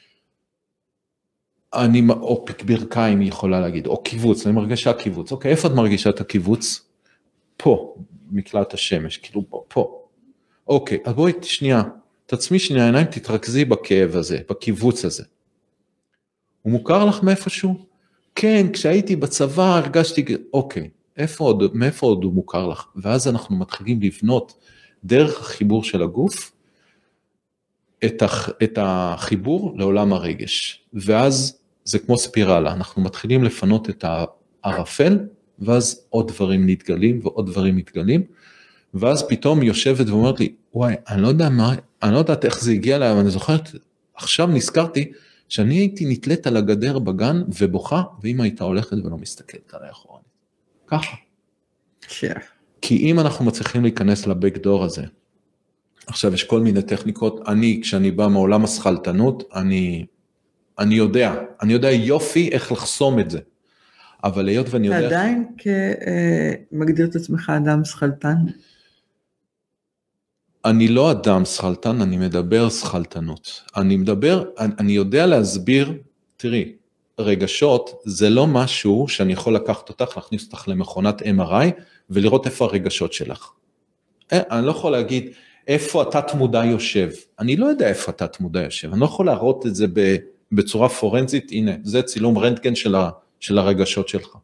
אני, או ברכיים היא יכולה להגיד, או קיבוץ, אני מרגישה קיבוץ, אוקיי, איפה את מרגישה את הקיבוץ? פה, מקלט השמש, כאילו פה, פה. אוקיי, אז בואי שנייה, תעצמי שנייה עיניים, תתרכזי בכאב הזה, בקיבוץ הזה. הוא מוכר לך מאיפשהו? כן, כשהייתי בצבא הרגשתי, אוקיי, איפה עוד, מאיפה עוד הוא מוכר לך? ואז אנחנו מתחילים לבנות דרך החיבור של הגוף, את, הח, את החיבור לעולם הרגש. ואז זה כמו ספירלה, אנחנו מתחילים לפנות את הערפל, ואז עוד דברים נתגלים ועוד דברים מתגלים, ואז פתאום יושבת ואומרת לי, וואי, אני לא יודע מה, אני לא יודעת איך זה הגיע אליי, אבל אני זוכרת, עכשיו נזכרתי, שאני הייתי נתלת על הגדר בגן ובוכה, ואמא הייתה הולכת ולא מסתכלת עליי אחורנית. ככה. Yeah. כי אם אנחנו מצליחים להיכנס לבקדור הזה, עכשיו יש כל מיני טכניקות, אני כשאני בא מעולם השכלתנות, אני, אני יודע, אני יודע יופי איך לחסום את זה, אבל היות ואני יודע... אתה עדיין מגדיר את עצמך אדם שכלתן? אני לא אדם שכלתן, אני מדבר שכלתנות. אני מדבר, אני, אני יודע להסביר, תראי, רגשות זה לא משהו שאני יכול לקחת אותך, להכניס אותך למכונת אם אר איי, ולראות איפה הרגשות שלך. אני לא יכול להגיד, איפה התת מודע יושב. אני לא יודע איפה התת מודע יושב. אני לא יכול להראות את זה בצורה פורנזית, הנה, זה צילום רנטגן של, ה, של הרגשות שלך.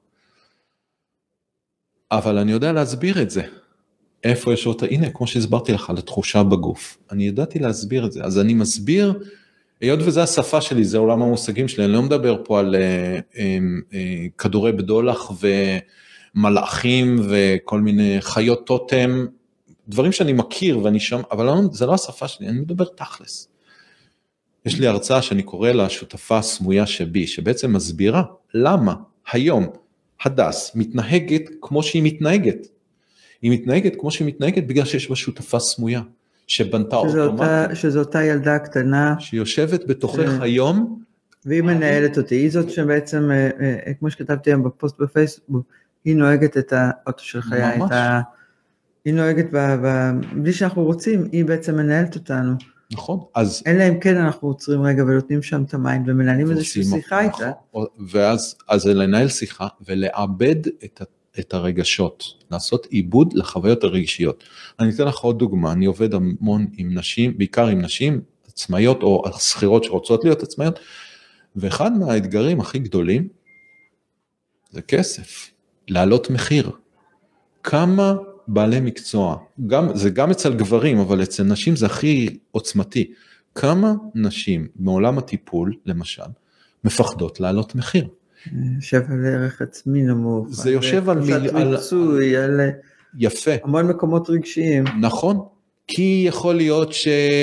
אבל אני יודע להסביר את זה. איפה יש אותה, הנה, כמו שהסברתי לך, לתחושה בגוף. אני ידעתי להסביר את זה. אז אני מסביר, היות וזה השפה שלי, זה עולם המושגים שלי, אני לא מדבר פה על אה, אה, אה, כדורי בדולח ומלאכים וכל מיני חיות טוטם, דברים שאני מכיר ואני שם, אבל לא, זה לא השפה שלי, אני מדבר תכלס. יש לי הרצאה שאני קורא לה שותפה הסמויה שבי, שבעצם מסבירה למה היום הדס מתנהגת כמו שהיא מתנהגת. היא מתנהגת כמו שהיא מתנהגת בגלל שיש בה שותפה סמויה, שבנתה אוטומטית. שזו אותה ילדה קטנה. שיושבת בתוכך היום. והיא מנהלת אותי, היא זאת שבעצם, כמו שכתבתי היום בפוסט בפייסבוק, היא נוהגת את האוטו של חיי, ממש. היא נוהגת, בלי שאנחנו רוצים, היא בעצם מנהלת אותנו. נכון, אז... אלא אם כן אנחנו עוצרים רגע ונותנים שם את המים, ומנהלים איזושהי שיחה איתה. ואז, אז לנהל שיחה, ולאבד את, את הרגשות, לעשות עיבוד לחוויות הרגשיות. אני אתן לך עוד דוגמה, אני עובד המון עם נשים, בעיקר עם נשים עצמאיות, או שכירות שרוצות להיות עצמאיות, ואחד מהאתגרים הכי גדולים, זה כסף, לעלות מחיר. כמה בעלי מקצוע, גם, זה גם אצל גברים, אבל אצל נשים זה הכי עוצמתי. כמה נשים מעולם הטיפול, למשל, מפחדות לעלות מחיר? יושב על ערך עצמי נמוך. זה יושב על מיצוי, על... יפה. המון מקומות רגשיים. נכון, כי יכול להיות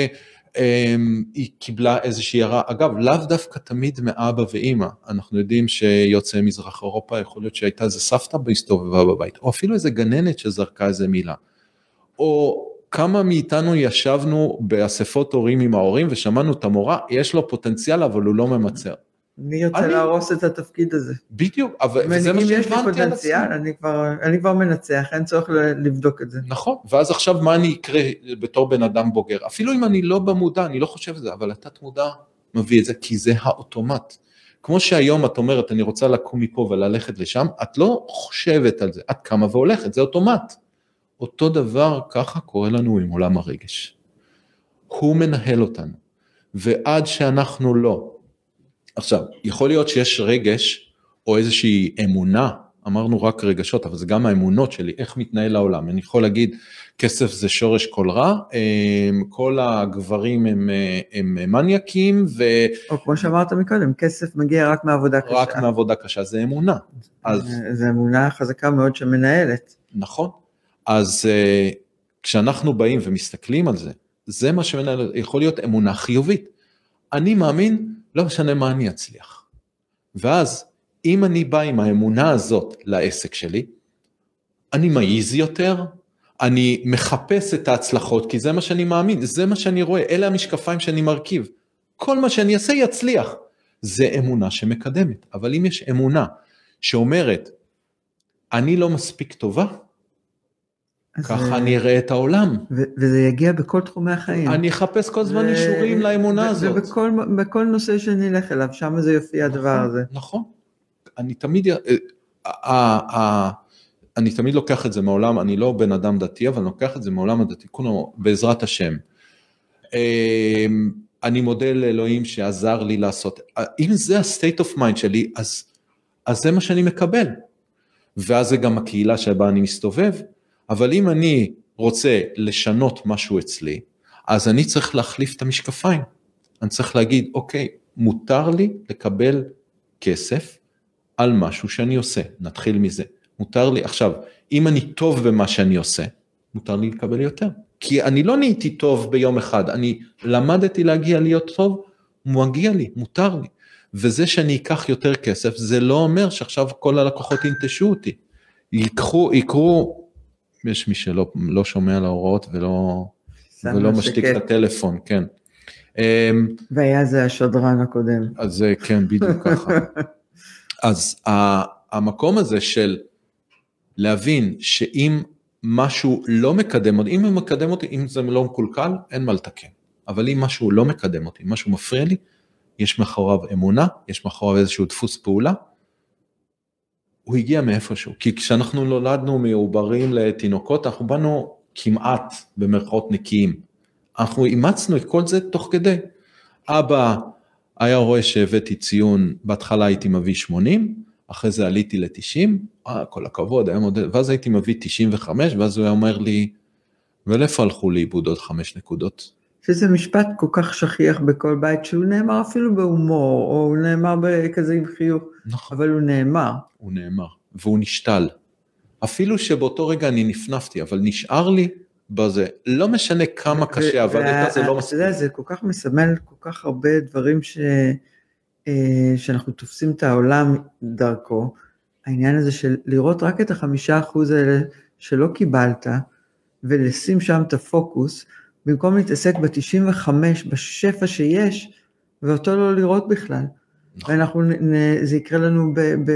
שהיא קיבלה איזושהי הרעה. אגב, לאו דווקא תמיד מאבא ואמא. אנחנו יודעים שיוצאי מזרח אירופה, יכול להיות שהייתה איזה סבתא בהסתובבה בבית, או אפילו איזה גננת שזרקה איזה מילה. או כמה מאיתנו ישבנו באספות הורים עם ההורים, ושמענו את המורה, יש לו פוטנציאל, אבל הוא לא ממצר. אני רוצה להרוס את התפקיד הזה. בדיוק, אבל זה מה שהבנתי על עצמי. אני כבר מנצח, אין צורך לבדוק את זה. נכון, ואז עכשיו מה אני אקרא בתור בן אדם בוגר? אפילו אם אני לא במודע, אני לא חושב את זה, אבל התת מודע מביא את זה, כי זה האוטומט. כמו שהיום את אומרת, אני רוצה לקום מפה וללכת לשם, את לא חושבת על זה, את קמה והולכת, זה אוטומט. אותו דבר ככה קורה לנו עם עולם הרגש. הוא מנהל אותנו, ועד שאנחנו לא, עכשיו, יכול להיות שיש רגש, או איזושהי אמונה, אמרנו רק רגשות, אבל זה גם האמונות שלי, איך מתנהל העולם. אני יכול להגיד, כסף זה שורש כל רע, כל הגברים הם, הם מניאקים, ו... או כמו שאמרת מקודם, כסף מגיע רק מעבודה קשה. רק מעבודה קשה, זה אמונה. אז... זה אמונה חזקה מאוד שמנהלת. נכון. אז כשאנחנו באים ומסתכלים על זה, זה מה שמנהל, יכול להיות אמונה חיובית. אני מאמין, לא משנה מה אני אצליח. ואז, אם אני בא עם האמונה הזאת לעסק שלי, אני מעיז יותר, אני מחפש את ההצלחות, כי זה מה שאני מאמין, זה מה שאני רואה, אלה המשקפיים שאני מרכיב. כל מה שאני אעשה יצליח. זה אמונה שמקדמת. אבל אם יש אמונה שאומרת, אני לא מספיק טובה, ככה אני אראה את העולם. וזה יגיע בכל תחומי החיים. אני אחפש כל זמן אישורים לאמונה הזאת. ובכל נושא שנלך אליו, שם זה יופיע הדבר הזה. נכון. אני תמיד, אני תמיד לוקח את זה מעולם, אני לא בן אדם דתי, אבל אני לוקח את זה מעולם הדתי, כולנו בעזרת השם. אני מודה לאלוהים שעזר לי לעשות, אם זה ה-state of mind שלי, אז, אז זה מה שאני מקבל. ואז זה גם הקהילה שבה אני מסתובב, אבל אם אני רוצה לשנות משהו אצלי, אז אני צריך להחליף את המשקפיים. אני צריך להגיד, אוקיי, מותר לי לקבל כסף על משהו שאני עושה. נתחיל מזה. מותר לי, עכשיו, אם אני טוב במה שאני עושה, מותר לי לקבל יותר. כי אני לא נהייתי טוב ביום אחד, אני למדתי להגיע להיות טוב, מגיע לי, מותר לי. וזה שאני אקח יותר כסף, זה לא אומר שעכשיו כל הלקוחות ינטשו אותי. יקחו, יקרו, יש מי שלא לא שומע על ההוראות ולא, ולא משתיק את הטלפון, כן. והיה זה השדרן הקודם. אז זה, כן, בדיוק ככה. אז המקום הזה של להבין שאם משהו לא מקדם אותי, אם הוא מקדם אותי, אם זה לא מקולקל, אין מה לתקן. אבל אם משהו לא מקדם אותי, אם משהו מפריע לי, יש מאחוריו אמונה, יש מאחוריו איזשהו דפוס פעולה, הוא הגיע מאיפשהו. כי כשאנחנו נולדנו מעוברים לתינוקות, אנחנו באנו כמעט במרכאות נקיים. אנחנו אימצנו את כל זה תוך כדי. אבא היה רואה שהבאתי ציון, בהתחלה הייתי מביא שמונים, אחרי זה עליתי ל-תשעים, אה, כל הכבוד, היה מודד, ואז הייתי מביא תשעים וחמש, ואז הוא היה אומר לי, ולאיפה הלכו לאיבוד עוד חמש נקודות? שזה משפט כל כך שכיח בכל בית, שהוא נאמר אפילו בהומור, או הוא נאמר בכזה עם חיוך, נכון. אבל הוא נאמר. הוא נאמר, והוא נשתל. אפילו שבאותו רגע אני נפנפתי, אבל נשאר לי בזה, לא משנה כמה קשה עבדת, זה לא מספיק. אתה יודע, זה כל כך מסמל כל כך הרבה דברים ש... שאנחנו תופסים את העולם דרכו, העניין הזה של לראות רק את החמישה אחוז האלה שלא קיבלת, ולשים שם את הפוקוס, במקום להתעסק ב-תשעים וחמש, בשפע שיש, ואותו לא לראות בכלל. ואנחנו, זה יקרה לנו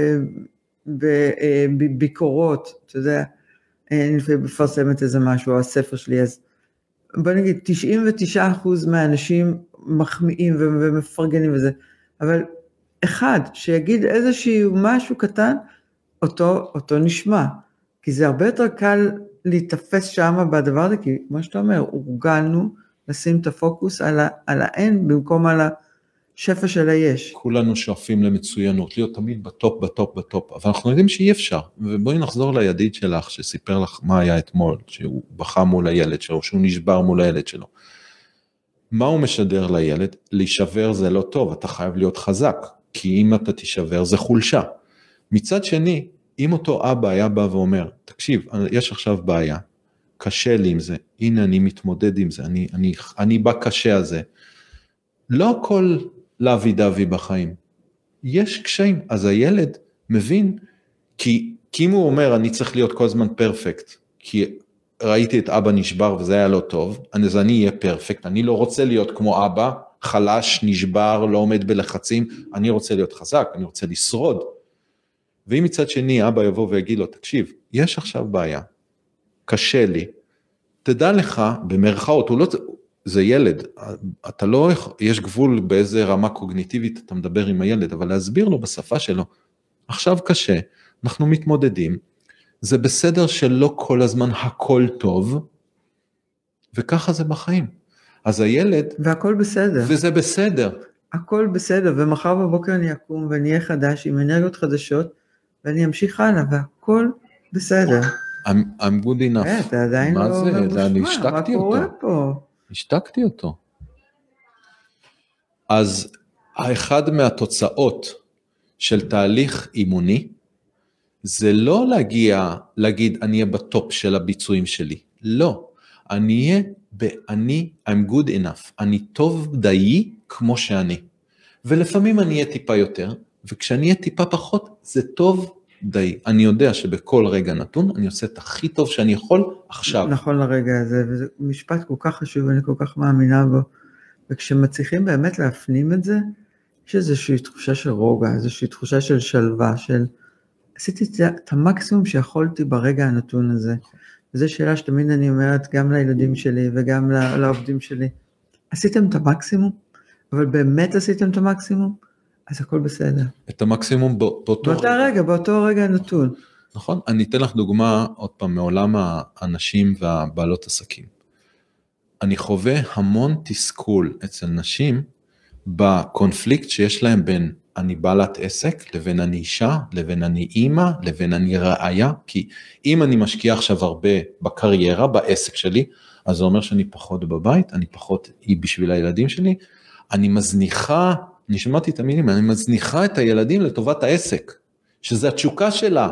בביקורות, אתה יודע, אני מפרסמת איזה משהו, הספר שלי, אז בוא נגיד, תשעים ותשעה אחוז מהאנשים מחמיאים ומפרגנים וזה, אבל אחד שיגיד איזשהו משהו קטן, אותו, אותו נשמע, כי זה הרבה יותר קל להתאפס שם בדבר הזה, כי כמו שאתה אומר, הורגלנו לשים את הפוקוס על, ה, על האין, במקום על השפע של היש. כולנו שואפים למצוינות, להיות תמיד בטופ, בטופ, בטופ, אבל אנחנו יודעים שאי אפשר, ובואי נחזור לידיד שלך, שסיפר לך מה היה אתמול, שהוא בכה מול הילד שלו, שהוא נשבר מול הילד שלו. מה הוא משדר לילד? להישבר זה לא טוב, אתה חייב להיות חזק, כי אם אתה תישבר זה חולשה. מצד שני, אם אותו אבא היה בא ואומר, תקשיב, יש עכשיו בעיה, קשה לי עם זה, הנה אני מתמודד עם זה, אני, אני, אני בא קשה הזה, לא הכל להביא דווי בחיים, יש קשיים, אז הילד מבין, כי, כי אם הוא אומר, אני צריך להיות כל הזמן פרפקט, כי ראיתי את אבא נשבר וזה היה לא טוב, אז אני אהיה פרפקט, אני לא רוצה להיות כמו אבא, חלש, נשבר, לא עומד בלחצים, אני רוצה להיות חזק, אני רוצה לשרוד, ואם מצד שני אבא יבוא ויגיד לו, תקשיב, יש עכשיו בעיה, קשה לי, תדע לך, במרכאות, הוא לא, זה ילד, אתה לא, יש גבול באיזה רמה קוגניטיבית אתה מדבר עם הילד, אבל להסביר לו בשפה שלו, עכשיו קשה, אנחנו מתמודדים, זה בסדר שלא כל הזמן הכל טוב, וככה זה בחיים. אז הילד... והכל בסדר. וזה בסדר. הכל בסדר, ומחר בבוקר אני אקום ואני אהיה חדש עם אנרגיות חדשות, ואני אמשיך הלאה, והכל בסדר. I'm, I'm good enough. אתה עדיין לא ממושמע, אני השתקתי אותו. מה קורה פה? השתקתי אותו. אז האחד מהתוצאות של תהליך אימוני, זה לא להגיע, להגיד, אני אהיה בטופ של הביצועים שלי. לא. אני אהיה, אני, I'm good enough. אני טוב די כמו שאני. ולפעמים אני אהיה טיפה יותר, וכשאני אהיה טיפה פחות, זה טוב די. אני יודע שבכל רגע נתון, אני עושה את הכי טוב שאני יכול עכשיו. נכון לרגע הזה, וזה משפט כל כך חשוב, ואני כל כך מאמינה בו. וכשמצליחים באמת להפנים את זה, יש איזושהי תחושה של רוגע, איזושהי תחושה של שלווה, של עשיתי את המקסימום שיכולתי ברגע הנתון הזה. וזו שאלה שתמיד אני אומרת גם לילדים שלי וגם לעובדים שלי. עשיתם את המקסימום? אבל באמת עשיתם את המקסימום? אז הכל בסדר. את המקסימום באותו רגע. באותו רגע, באותו רגע נתון. נכון, אני אתן לך דוגמה עוד פעם מעולם האנשים והבעלות עסקים. אני חווה המון תסכול אצל נשים בקונפליקט שיש להם בין אני בעלת עסק, לבין אני אישה, לבין אני אימא, לבין אני רעיה, כי אם אני משקיע עכשיו הרבה בקריירה, בעסק שלי, אז זה אומר שאני פחות בבית, אני פחות היא בשביל הילדים שלי, אני מזניחה, אני שמעתי את המילים, אני מזניחה את הילדים לטובת העסק, שזה התשוקה שלה,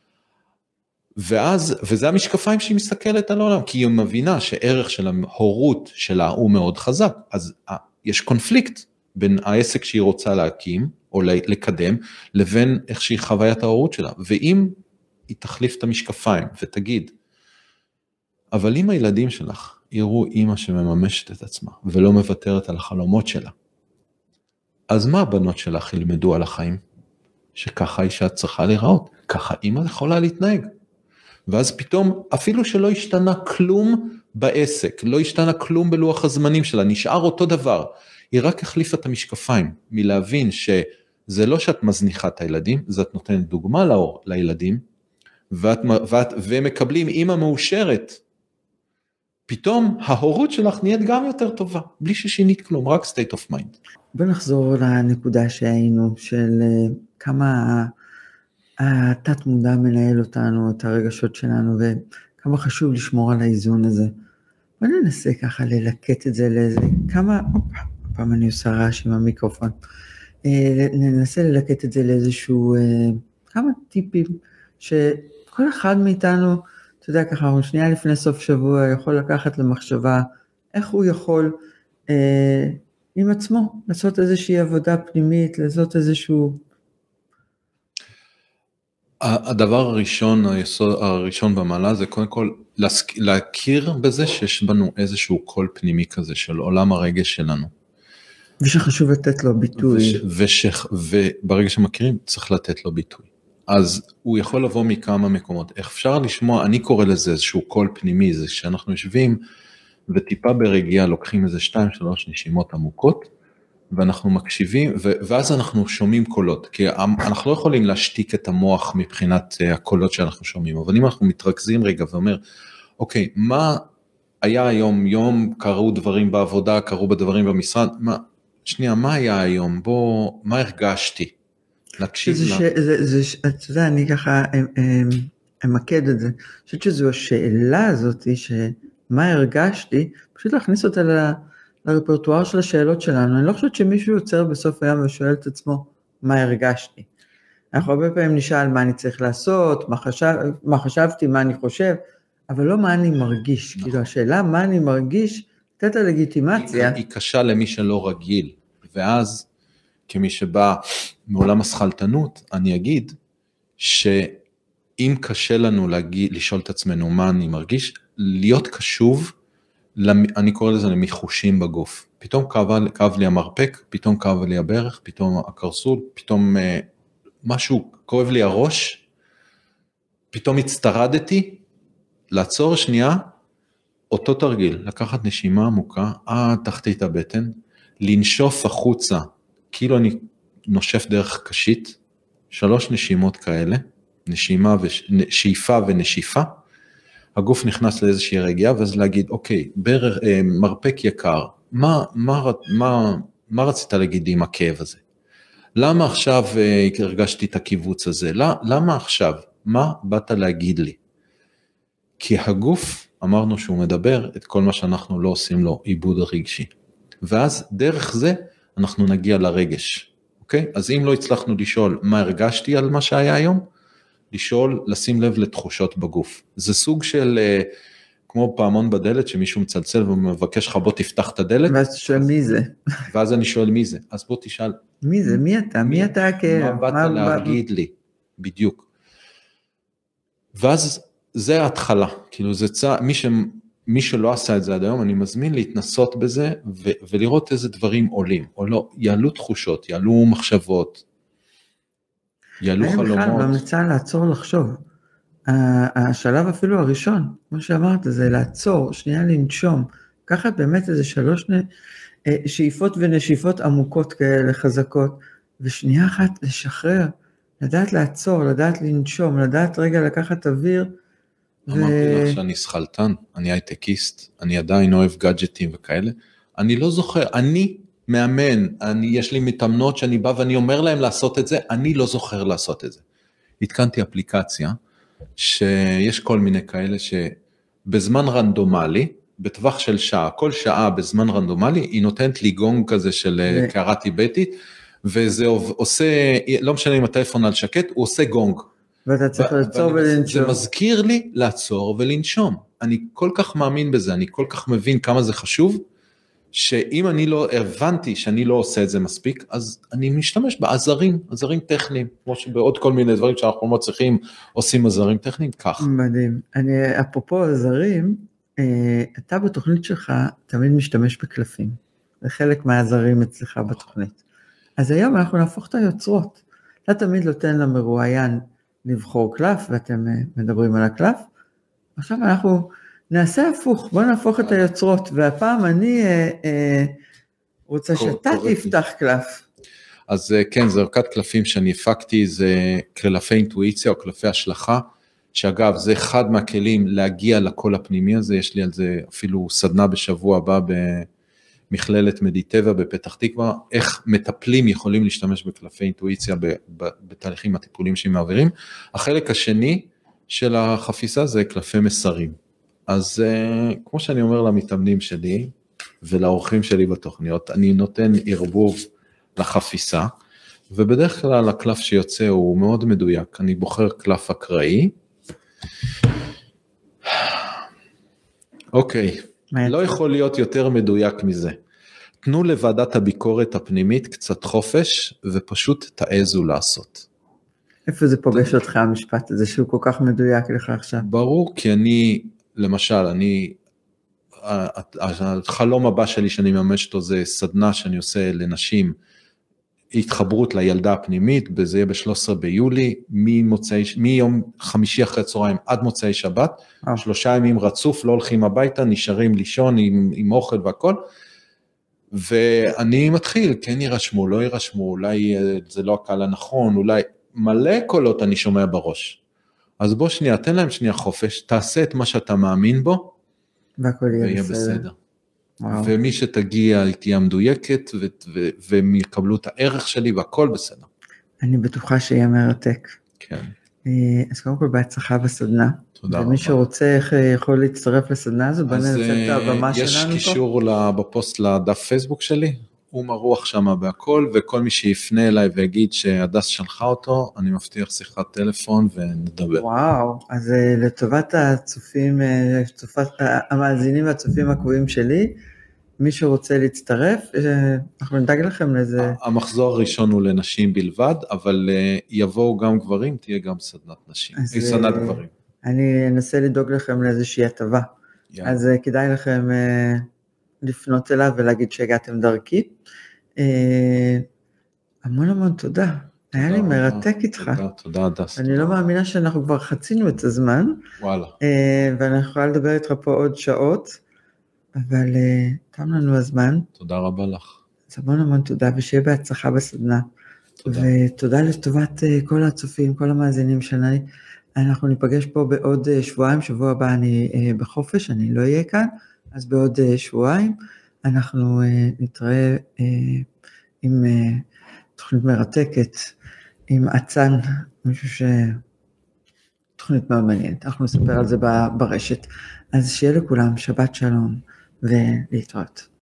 ואז, וזה המשקפיים שהיא מסתכלת על העולם, כי היא מבינה שערך של ההורות שלה הוא מאוד חזק, אז יש קונפליקט בין העסק שהיא רוצה להקים, או לקדם, לבין איך שהיא חוויית ההורות שלה, ואם היא תחליף את המשקפיים, ותגיד, אבל אם הילדים שלך יראו אמא שמממשת את עצמה, ולא מוותרת על החלומות שלה, אז מה הבנות שלך ילמדו על החיים? שככה אישה צריכה להיראות, ככה אמא יכולה להתנהג. ואז פתאום, אפילו שלא השתנה כלום בעסק, לא השתנה כלום בלוח הזמנים שלה, נשאר אותו דבר, היא רק החליפה את המשקפיים, מלהבין שזה לא שאת מזניחה את הילדים, זה את נותנת דוגמה לאור לילדים, ואת, ואת, ומקבלים אמא מאושרת, פתאום ההורות שלך נהיית גם יותר טובה, בלי ששינית כלום, רק state of mind. בוא נחזור לנקודה שהיינו, של כמה התת מודע מנהל אותנו, את הרגשות שלנו, וכמה חשוב לשמור על האיזון הזה. בוא ננסה ככה ללקט את זה לאיזה, כמה, אופה, פעם אני עושה רעש עם המיקרופון, ננסה ללקט את זה לאיזשהו, כמה טיפים, שכל אחד מאיתנו, אתה יודע ככה, הוא שנייה לפני סוף שבוע, יכול לקחת למחשבה, איך הוא יכול אה, עם עצמו, לעשות איזושהי עבודה פנימית, לעשות איזשהו... הדבר הראשון, היסוד, הראשון במעלה, זה קודם כל להכיר בזה שיש בנו איזשהו קול פנימי כזה, של עולם הרגש שלנו. ושחשוב לתת לו ביטוי. וש, ושח, וברגע שמכירים, צריך לתת לו ביטוי. אז הוא יכול לבוא מכמה מקומות. איך אפשר לשמוע, אני קורא לזה איזשהו קול פנימי, זה שאנחנו יושבים וטיפה ברגיעה, לוקחים איזה שתיים, שלוש נשימות עמוקות, ואנחנו מקשיבים, ואז אנחנו שומעים קולות, כי אנחנו לא יכולים להשתיק את המוח מבחינת הקולות שאנחנו שומעים, אבל אם אנחנו מתרכזים רגע ואומר, אוקיי, מה היה היום, יום קרו דברים בעבודה, קרו בדברים במשרד, מה, שנייה, מה היה היום? בוא, מה הרגשתי? להקשיב לה. אתה יודע, אני ככה אמקד את זה. אני חושבת שזו השאלה הזאת, שמה הרגשתי, פשוט להכניס אותה לרפרטואר של השאלות שלנו. אני לא חושבת שמישהו יוצר בסוף היום ושואל את עצמו, מה הרגשתי. אנחנו הרבה פעמים נשאל מה אני צריך לעשות, מה, חשב, מה חשבתי, מה אני חושב, אבל לא מה אני מרגיש. כאילו השאלה מה אני מרגיש, לתת הלגיטימציה. היא, היא קשה למי שלא רגיל, ואז כמי שבא מעולם השכלתנות, אני אגיד שאם קשה לנו להגיד, לשאול את עצמנו מה אני מרגיש, להיות קשוב, אני קורא לזה למיחושים בגוף. פתאום כאב, כאב לי המרפק, פתאום כאב לי הברך, פתאום הקרסול, פתאום אה, משהו, כואב לי הראש, פתאום הצטרדתי, לעצור שנייה, אותו תרגיל, לקחת נשימה עמוקה, עד תחתית הבטן, לנשוף החוצה, כאילו אני נושף דרך קשית, שלוש נשימות כאלה, נשימה ושאיפה ונשיפה, הגוף נכנס לאיזושהי רגיעה, ואז להגיד, אוקיי, בר, מרפק יקר, מה, מה, מה, מה רצית להגיד עם הכאב הזה? למה עכשיו הרגשתי את הקיבוץ הזה? למה עכשיו? מה באת להגיד לי? כי הגוף, אמרנו שהוא מדבר את כל מה שאנחנו לא עושים לו, עיבוד הרגשי. ואז דרך זה אנחנו נגיע לרגש. אוקיי? אז אם לא הצלחנו לשאול מה הרגשתי על מה שהיה היום, לשאול, לשים לב לתחושות בגוף. זה סוג של, כמו פעמון בדלת, שמישהו מצלצל ומבקש לך, בוא תפתח את הדלת. ואז אתה שואל מי זה? ואז אני שואל מי זה. אז בוא תשאל. מי זה? מי אתה? מי אתה? מה באת להגיד לי? בדיוק. ואז זה ההתחלה. כאילו זה צע, מי ש... מי שלא עשה את זה עד היום, אני מזמין להתנסות בזה, ו- ולראות איזה דברים עולים, או לא, יעלו תחושות, יעלו מחשבות, יעלו חלומות. אני בכלל ממליצה לעצור לחשוב. השלב אפילו הראשון, כמו שאמרת, זה לעצור, שנייה לנשום, ככה באמת איזה שלוש שאיפות ונשיפות עמוקות כאלה חזקות, ושנייה אחת לשחרר, לדעת לעצור, לדעת לנשום, לדעת רגע לקחת אוויר, אמרתי לך שאני שכלתן, אני הייטקיסט, אני עדיין אוהב גאדג'טים וכאלה, אני לא זוכר, אני מאמן, אני, יש לי מתאמנות שאני בא ואני אומר להם לעשות את זה, אני לא זוכר לעשות את זה. התקנתי אפליקציה, שיש כל מיני כאלה שבזמן רנדומלי, בטווח של שעה, כל שעה בזמן רנדומלי, היא נותנת לי גונג כזה של קערה טיבטית, וזה עושה, לא משנה אם הטלפון על שקט, הוא עושה גונג. ואתה צריך לעצור ולנשום. זה מזכיר לי לעצור ולנשום. אני כל כך מאמין בזה, אני כל כך מבין כמה זה חשוב, שאם אני לא הבנתי שאני לא עושה את זה מספיק, אז אני משתמש בעזרים, עזרים טכניים, כמו שבעוד כל מיני דברים שאנחנו לא צריכים, עושים עזרים טכניים, כך. מדהים. אני, אפרופו עזרים, אתה בתוכנית שלך תמיד משתמש בקלפים, זה חלק מהעזרים אצלך בתוכנית. אז היום אנחנו נהפוך את היוצרות, אתה תמיד נותן למרואיין לבחור קלף, ואתם מדברים על הקלף. עכשיו אנחנו נעשה הפוך, בוא נהפוך את היוצרות, והפעם אני אה, אה, רוצה שאתה תפתח קלף. אז כן, זה ערכת קלפים שאני הפקתי, זה קלפי אינטואיציה או קלפי השלכה, שאגב, זה אחד מהכלים להגיע לקול הפנימי הזה, יש לי על זה אפילו סדנה בשבוע הבא במכללת מדיטבע בפתח תקווה, איך מטפלים יכולים להשתמש בקלפי אינטואיציה בתהליכים הטיפוליים שהם מעבירים. החלק השני של החפיסה זה קלפי מסרים. אז כמו שאני אומר למתאמנים שלי ולאורחים שלי בתוכניות, אני נותן ערבוב לחפיסה, ובדרך כלל הקלף שיוצא הוא מאוד מדויק, אני בוחר קלף אקראי, אוקיי, לא יכול להיות יותר מדויק מזה, תנו לוועדת הביקורת הפנימית קצת חופש, ופשוט תעזו לעשות. איפה זה פוגש אותך המשפט הזה, שהוא כל כך מדויק לך עכשיו? ברור, כי אני, למשל, אני, החלום הבא שלי שאני ממש אותו, זה סדנה שאני עושה לנשים, התחברות לילדה הפנימית, וזה יהיה ב-שלושה עשר ביולי, ממוצאי, מיום חמישי אחרי צהריים עד מוצאי שבת, אה. שלושה ימים רצוף, לא הולכים הביתה, נשארים לישון עם, עם אוכל והכל, ואני מתחיל, כן יירשמו, לא יירשמו, אולי זה לא הקהל הנכון, אולי מלא קולות אני שומע בראש. אז בוא שנייה, תן להם שנייה חופש, תעשה את מה שאתה מאמין בו, והכל יהיה בסדר. בסדר. וואו. ומי שתגיע תהיה מדויקת, והם יקבלו את הערך שלי, והכל בסדר. אני בטוחה שיהיה מרתק. כן. אז קודם כל בהצלחה בסדנה. תודה רבה. ומי שרוצה איך יכול להצטרף לסדנה הזו, בוא ננצל את הבמה שלנו פה. יש קישור בפוסט לדף פייסבוק שלי, הוא מרוח שם בהכל, וכל מי שיפנה אליי ויגיד שהדס שלחה אותו, אני מבטיח שיחת טלפון ונדבר. וואו, אז לטובת הצופים, לטובת המאזינים והצופים הקבועים שלי, מי שרוצה להצטרף, אנחנו נדאג לכם לזה. המחזור הראשון הוא לנשים בלבד, אבל יבואו גם גברים, תהיה גם סדנת נשים, סדנת גברים. אני אנסה לדאוג לכם לאיזושהי הטבה, אז כדאי לכם לפנות אליו ולהגיד שהגעתם דרכי. המון המון תודה, היה לי מרתק איתך. תודה, תודה דס. אני לא מאמינה שאנחנו כבר חצינו את הזמן, וואלה. ואנחנו יכולים לדבר איתך פה עוד שעות, אבל תם לנו הזמן. תודה רבה לך. אז המון המון תודה, ושיהיה בהצלחה בסדנה. תודה. ותודה לטובת כל הצופים, כל המאזינים שלנו. אנחנו ניפגש פה בעוד שבועיים, שבוע הבא אני בחופש, אני לא אהיה כאן, אז בעוד שבועיים אנחנו נתראה עם תוכנית מרתקת, עם עצן, מישהו ש... תוכנית מאוד מעניינת, אנחנו נספר על זה ברשת. אז שיהיה לכולם שבת שלום ולהתראות.